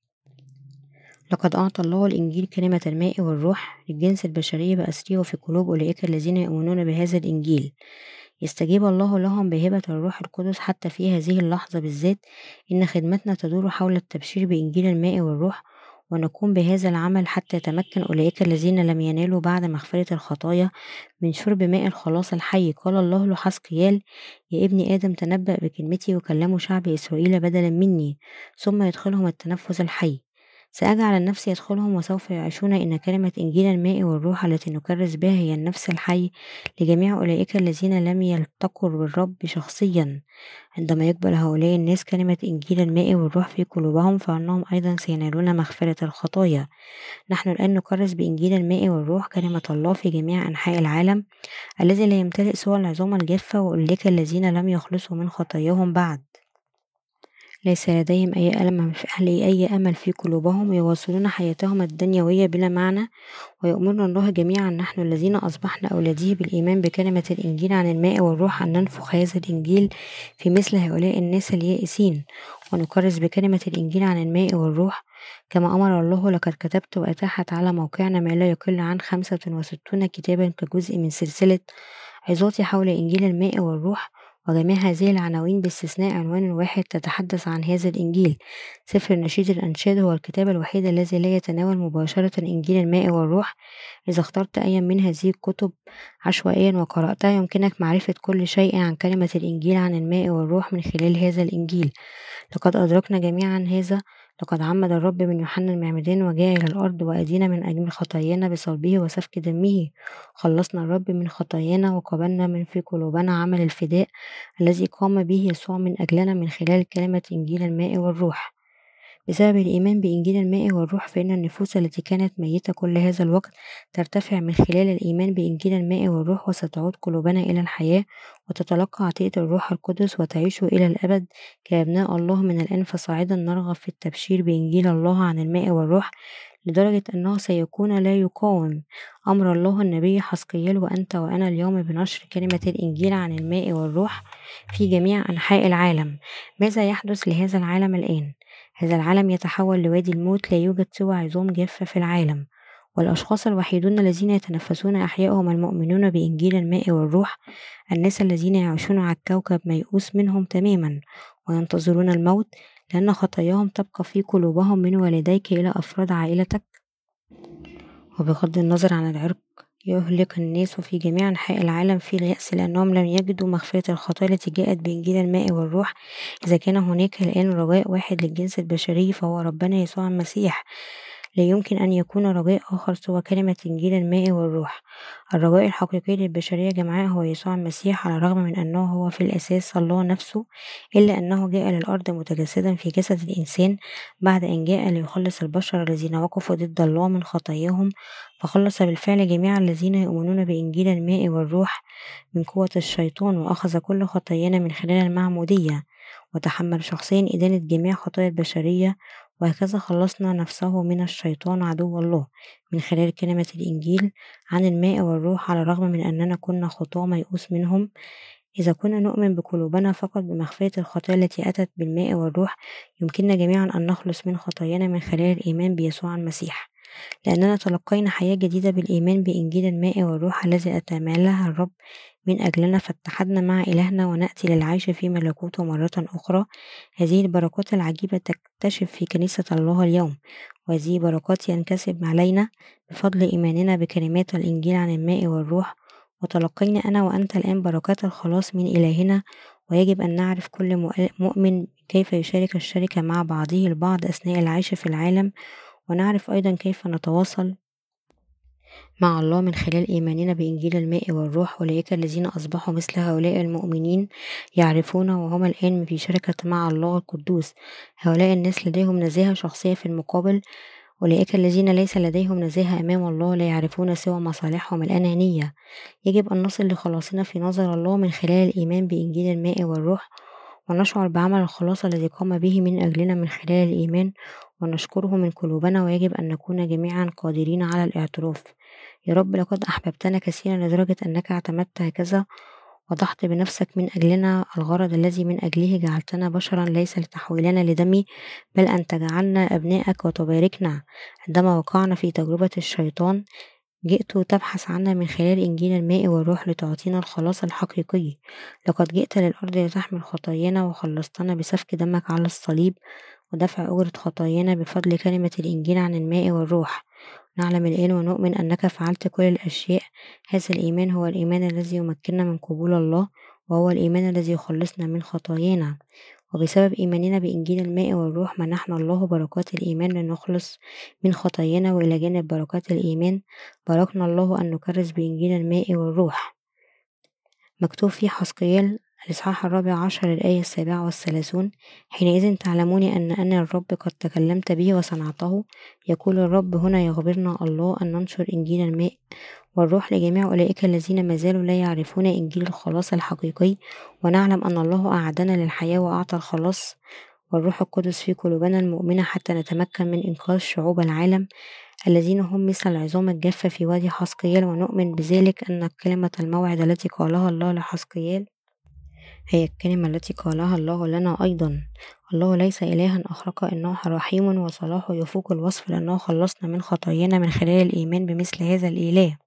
لقد أعطى الله الإنجيل كلمة الماء والروح للجنس البشري بأسره وفي قلوب أولئك الذين يؤمنون بهذا الإنجيل. يستجيب الله لهم بهبة الروح القدس حتى في هذه اللحظة بالذات. إن خدمتنا تدور حول التبشير بإنجيل الماء والروح، ونقوم بهذا العمل حتى يتمكن أولئك الذين لم ينالوا بعد مغفرة الخطايا من شرب ماء الخلاص الحي. قال الله لحزقيال: يا ابن آدم، تنبأ بكلمتي وكلموا شعب إسرائيل بدلا مني، ثم يدخلهم التنفس الحي. سأجعل النفس يدخلهم وسوف يعيشون. إن كلمة إنجيل الماء والروح التي نكرس بها هي النفس الحي لجميع أولئك الذين لم يلتقوا بالرب شخصيا. عندما يقبل هؤلاء الناس كلمة إنجيل الماء والروح في قلوبهم، فإنهم أيضا سينالون مغفرة الخطايا. نحن الآن نكرس بإنجيل الماء والروح كلمة الله في جميع أنحاء العالم الذي لا يمتلئ سوى العظام الجافة وأولئك الذين لم يخلصوا من خطاياهم بعد. ليس لديهم أي ألم أي أمل في قلوبهم، يواصلون حياتهم الدنيوية بلا معنى. ويؤمرنا الله جميعا نحن الذين أصبحنا أولاده بالإيمان بكلمة الإنجيل عن الماء والروح أن ننفخ هذا الإنجيل في مثل هؤلاء الناس اليائسين، ونكرس بكلمة الإنجيل عن الماء والروح كما أمر الله. لقد كتبت وأتاحت على موقعنا ما لا يقل عن خمسة وستون كتابا كجزء من سلسلة عظاتي حول إنجيل الماء والروح، وجميع هذه العناوين باستثناء عنوان واحد تتحدث عن هذا الإنجيل. سفر نشيد الأنشاد هو الكتاب الوحيد الذي لا يتناول مباشرة إنجيل الماء والروح. إذا اخترت أي من هذه الكتب عشوائيا وقرأتها، يمكنك معرفة كل شيء عن كلمة الإنجيل عن الماء والروح من خلال هذا الإنجيل. لقد أدركنا جميعا هذا. لقد عمد الرب من يوحنا المعمدان وجاء إلى الأرض وأدينا من أجل خطايانا بصلبه وسفك دمه. خلصنا الرب من خطايانا وقبلنا من في قلوبنا عمل الفداء الذي قام به يسوع من أجلنا من خلال كلمة إنجيل الماء والروح. بسبب الإيمان بإنجيل الماء والروح، فإن النفوس التي كانت ميتة كل هذا الوقت ترتفع من خلال الإيمان بإنجيل الماء والروح، وستعود قلوبنا إلى الحياة وتتلقى عطية الروح القدس وتعيش إلى الأبد كأبناء الله. من الآن فصاعدا نرغب في التبشير بإنجيل الله عن الماء والروح، لدرجة أنه سيكون لا يقاوم أمر الله النبي حزقيال وأنت وأنا اليوم بنشر كلمة الإنجيل عن الماء والروح في جميع أنحاء العالم. ماذا يحدث لهذا العالم الآن؟ هذا العالم يتحول لوادي الموت، لا يوجد سوى عظام جافة في العالم، والأشخاص الوحيدون الذين يتنفسون أحياءهم المؤمنون بإنجيل الماء والروح، الناس الذين يعيشون على الكوكب ميؤوس منهم تماما وينتظرون الموت، لأن خطاياهم تبقى في قلوبهم من والديك إلى أفراد عائلتك. وبغض النظر عن العرق، يهلك الناس في جميع أنحاء العالم في اليأس لأنهم لم يجدوا مغفرة الخطايا التي جاءت بإنجيل الماء والروح. إذا كان هناك الآن رجاء واحد للجنس البشري فهو ربنا يسوع المسيح. لا يمكن أن يكون رجاء آخر سوى كلمة إنجيل الماء والروح. الرجاء الحقيقي للبشرية جمعاء هو يسوع المسيح، على الرغم من أنه هو في الأساس الله نفسه، إلا أنه جاء للأرض متجسدا في جسد الإنسان بعد أن جاء ليخلص البشر الذين وقفوا ضد الله من خطاياهم، فخلص بالفعل جميع الذين يؤمنون بإنجيل الماء والروح من قوة الشيطان، وأخذ كل خطايانا من خلال المعمودية، وتحمل شخصيا إدانة جميع خطايا البشرية، وهكذا خلصنا نفسه من الشيطان عدو الله من خلال كلمة الإنجيل عن الماء والروح، على الرغم من أننا كنا خطاة ميؤوس منهم. إذا كنا نؤمن بقلوبنا فقط بمغفرة الخطايا التي أتت بالماء والروح، يمكننا جميعا أن نخلص من خطايانا من خلال الإيمان بيسوع المسيح، لأننا تلقينا حياة جديدة بالإيمان بإنجيل الماء والروح الذي أتملها الرب من أجلنا، فاتحدنا مع إلهنا ونأتي للعيش في ملكوته مرة أخرى. هذه البركات العجيبة تكتشف في كنيسة الله اليوم، وهذه بركات ينكسب علينا بفضل إيماننا بكلمات الإنجيل عن الماء والروح. وتلقينا أنا وأنت الآن بركات الخلاص من إلهنا، ويجب أن نعرف كل مؤمن كيف يشارك الشركة مع بعضه البعض أثناء العيش في العالم، ونعرف أيضا كيف نتواصل مع الله من خلال إيماننا بإنجيل الماء والروح. أولئك الذين أصبحوا مثل هؤلاء المؤمنين يعرفون وهم الآن في شركة مع الله القدوس. هؤلاء الناس لديهم نزاهة شخصية في المقابل. أولئك الذين ليس لديهم نزاهة أمام الله لا يعرفون سوى مصالحهم الأنانية. يجب أن نصل لخلاصنا في نظر الله من خلال الإيمان بإنجيل الماء والروح، ونشعر بعمل الخلاص الذي قام به من أجلنا من خلال الإيمان، ونشكره من قلوبنا. ويجب أن نكون جميعا قادرين على الاعتراف: يا رب، لقد أحببتنا كثيرا لدرجة أنك اعتمدت هكذا، وضحت بنفسك من أجلنا الغرض الذي من أجله جعلتنا بشرا، ليس لتحويلنا لدمي، بل أن تجعلنا أبنائك وتباركنا. عندما وقعنا في تجربة الشيطان جئت تبحث عنا من خلال إنجيل الماء والروح لتعطينا الخلاص الحقيقي. لقد جئت للأرض لتحمل خطايانا وخلصتنا بسفك دمك على الصليب ودفع أجرة خطايانا بفضل كلمة الإنجيل عن الماء والروح. نعلم الآن ونؤمن أنك فعلت كل الأشياء. هذا الإيمان هو الإيمان الذي يمكننا من قبول الله، وهو الإيمان الذي يخلصنا من خطايانا. وبسبب إيماننا بإنجيل الماء والروح منحنا الله بركات الإيمان لنخلص من خطايانا. وإلى جانب بركات الإيمان باركنا الله أن نكرس بإنجيل الماء والروح. مكتوب في حزقيال الإصحاح الرابع عشر الآية السابعة والثلاثون: حينئذ تعلمون أن أنا الرب قد تكلمت به وصنعته، يقول الرب. هنا يخبرنا الله أن ننشر إنجيل الماء والروح لجميع أولئك الذين ما زالوا لا يعرفون إنجيل الخلاص الحقيقي. ونعلم أن الله أعدنا للحياة وأعطى الخلاص والروح القدس في قلوبنا المؤمنة حتى نتمكن من إنقاذ شعوب العالم الذين هم مثل العظام الجافة في وادي حزقيال. ونؤمن بذلك أن كلمة الموعد التي قالها الله لحزقيال هي الكلمة التي قالها الله لنا أيضا. الله ليس إلها أخرق، إنه رحيم وصلاحه يفوق الوصف، لأنه خلصنا من خطايانا من خلال الإيمان بمثل هذا الإله.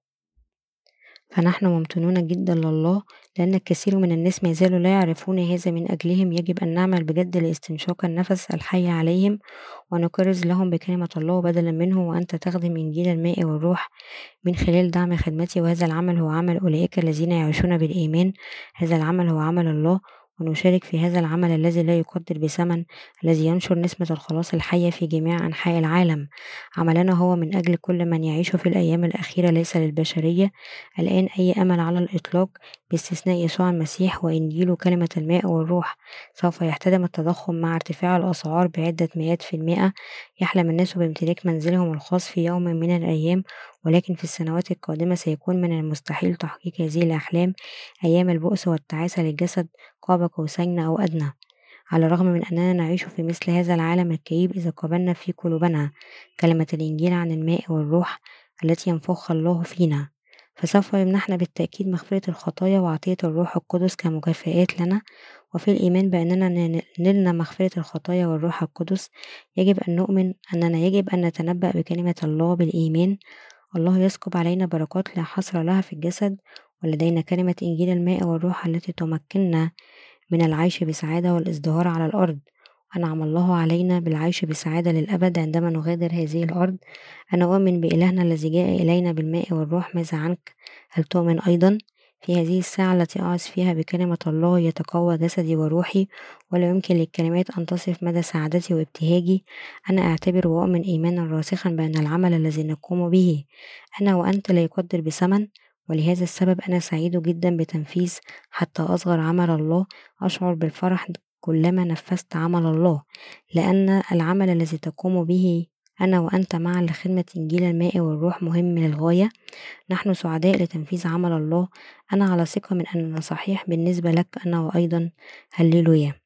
فنحن ممتنون جدا لله، لأن الكثير من الناس ما زالوا لا يعرفون هذا. من أجلهم يجب أن نعمل بجد لاستنشاق النفس الحي عليهم، ونكرز لهم بكلمة الله بدلا منه. وأنت تخدم إنجيل الماء والروح من خلال دعم خدمتي، وهذا العمل هو عمل أولئك الذين يعيشون بالإيمان. هذا العمل هو عمل الله، ونشارك في هذا العمل الذي لا يقدر بثمن، الذي ينشر نسمة الخلاص الحية في جميع أنحاء العالم. عملنا هو من أجل كل من يعيش في الأيام الأخيرة، ليس للبشرية الآن أي أمل على الإطلاق باستثناء يسوع المسيح وإنجيله كلمة الماء والروح. سوف يحتدم التضخم مع ارتفاع الأسعار بعدة مئات في المئة. يحلم الناس بامتلاك منزلهم الخاص في يوم من الأيام، ولكن في السنوات القادمة سيكون من المستحيل تحقيق هذه الأحلام. أيام البؤس والتعاسة للجسد قاب قوسين أو أدنى. على الرغم من أننا نعيش في مثل هذا العالم الكئيب، إذا قبلنا في قلوبنا كلمة الإنجيل عن الماء والروح التي ينفخها الله فينا، فسوف يمنحنا بالتأكيد مغفرة الخطايا وعطية الروح القدس كمكافآت لنا. وفي الإيمان بأننا نلنا مغفرة الخطايا والروح القدس، يجب أن نؤمن أننا يجب أن نتنبأ بكلمة الله بالإيمان. الله يسكب علينا بركات لا حصر لها في الجسد، ولدينا كلمة إنجيل الماء والروح التي تمكننا من العيش بسعادة والازدهار على الأرض. أنعم الله علينا بالعيش بسعادة للأبد عندما نغادر هذه الأرض. أنا أؤمن بإلهنا الذي جاء إلينا بالماء والروح. ماذا عنك؟ هل تؤمن أيضا؟ في هذه الساعة التي أعظ فيها بكلمة الله يتقوى جسدي وروحي، ولا يمكن للكلمات أن تصف مدى سعادتي وابتهاجي. أنا أعتبر وأؤمن إيمانا راسخا بأن العمل الذي نقوم به أنا وأنت لا يقدر بثمن، ولهذا السبب أنا سعيد جدا بتنفيذ حتى أصغر عمل الله. أشعر بالفرح كلما نفذت عمل الله، لأن العمل الذي تقوم به أنا وأنت معا لخدمة إنجيل الماء والروح مهم للغاية. نحن سعداء لتنفيذ عمل الله. أنا على ثقة من أننا صحيح بالنسبة لك أنا وأيضا. هللويا.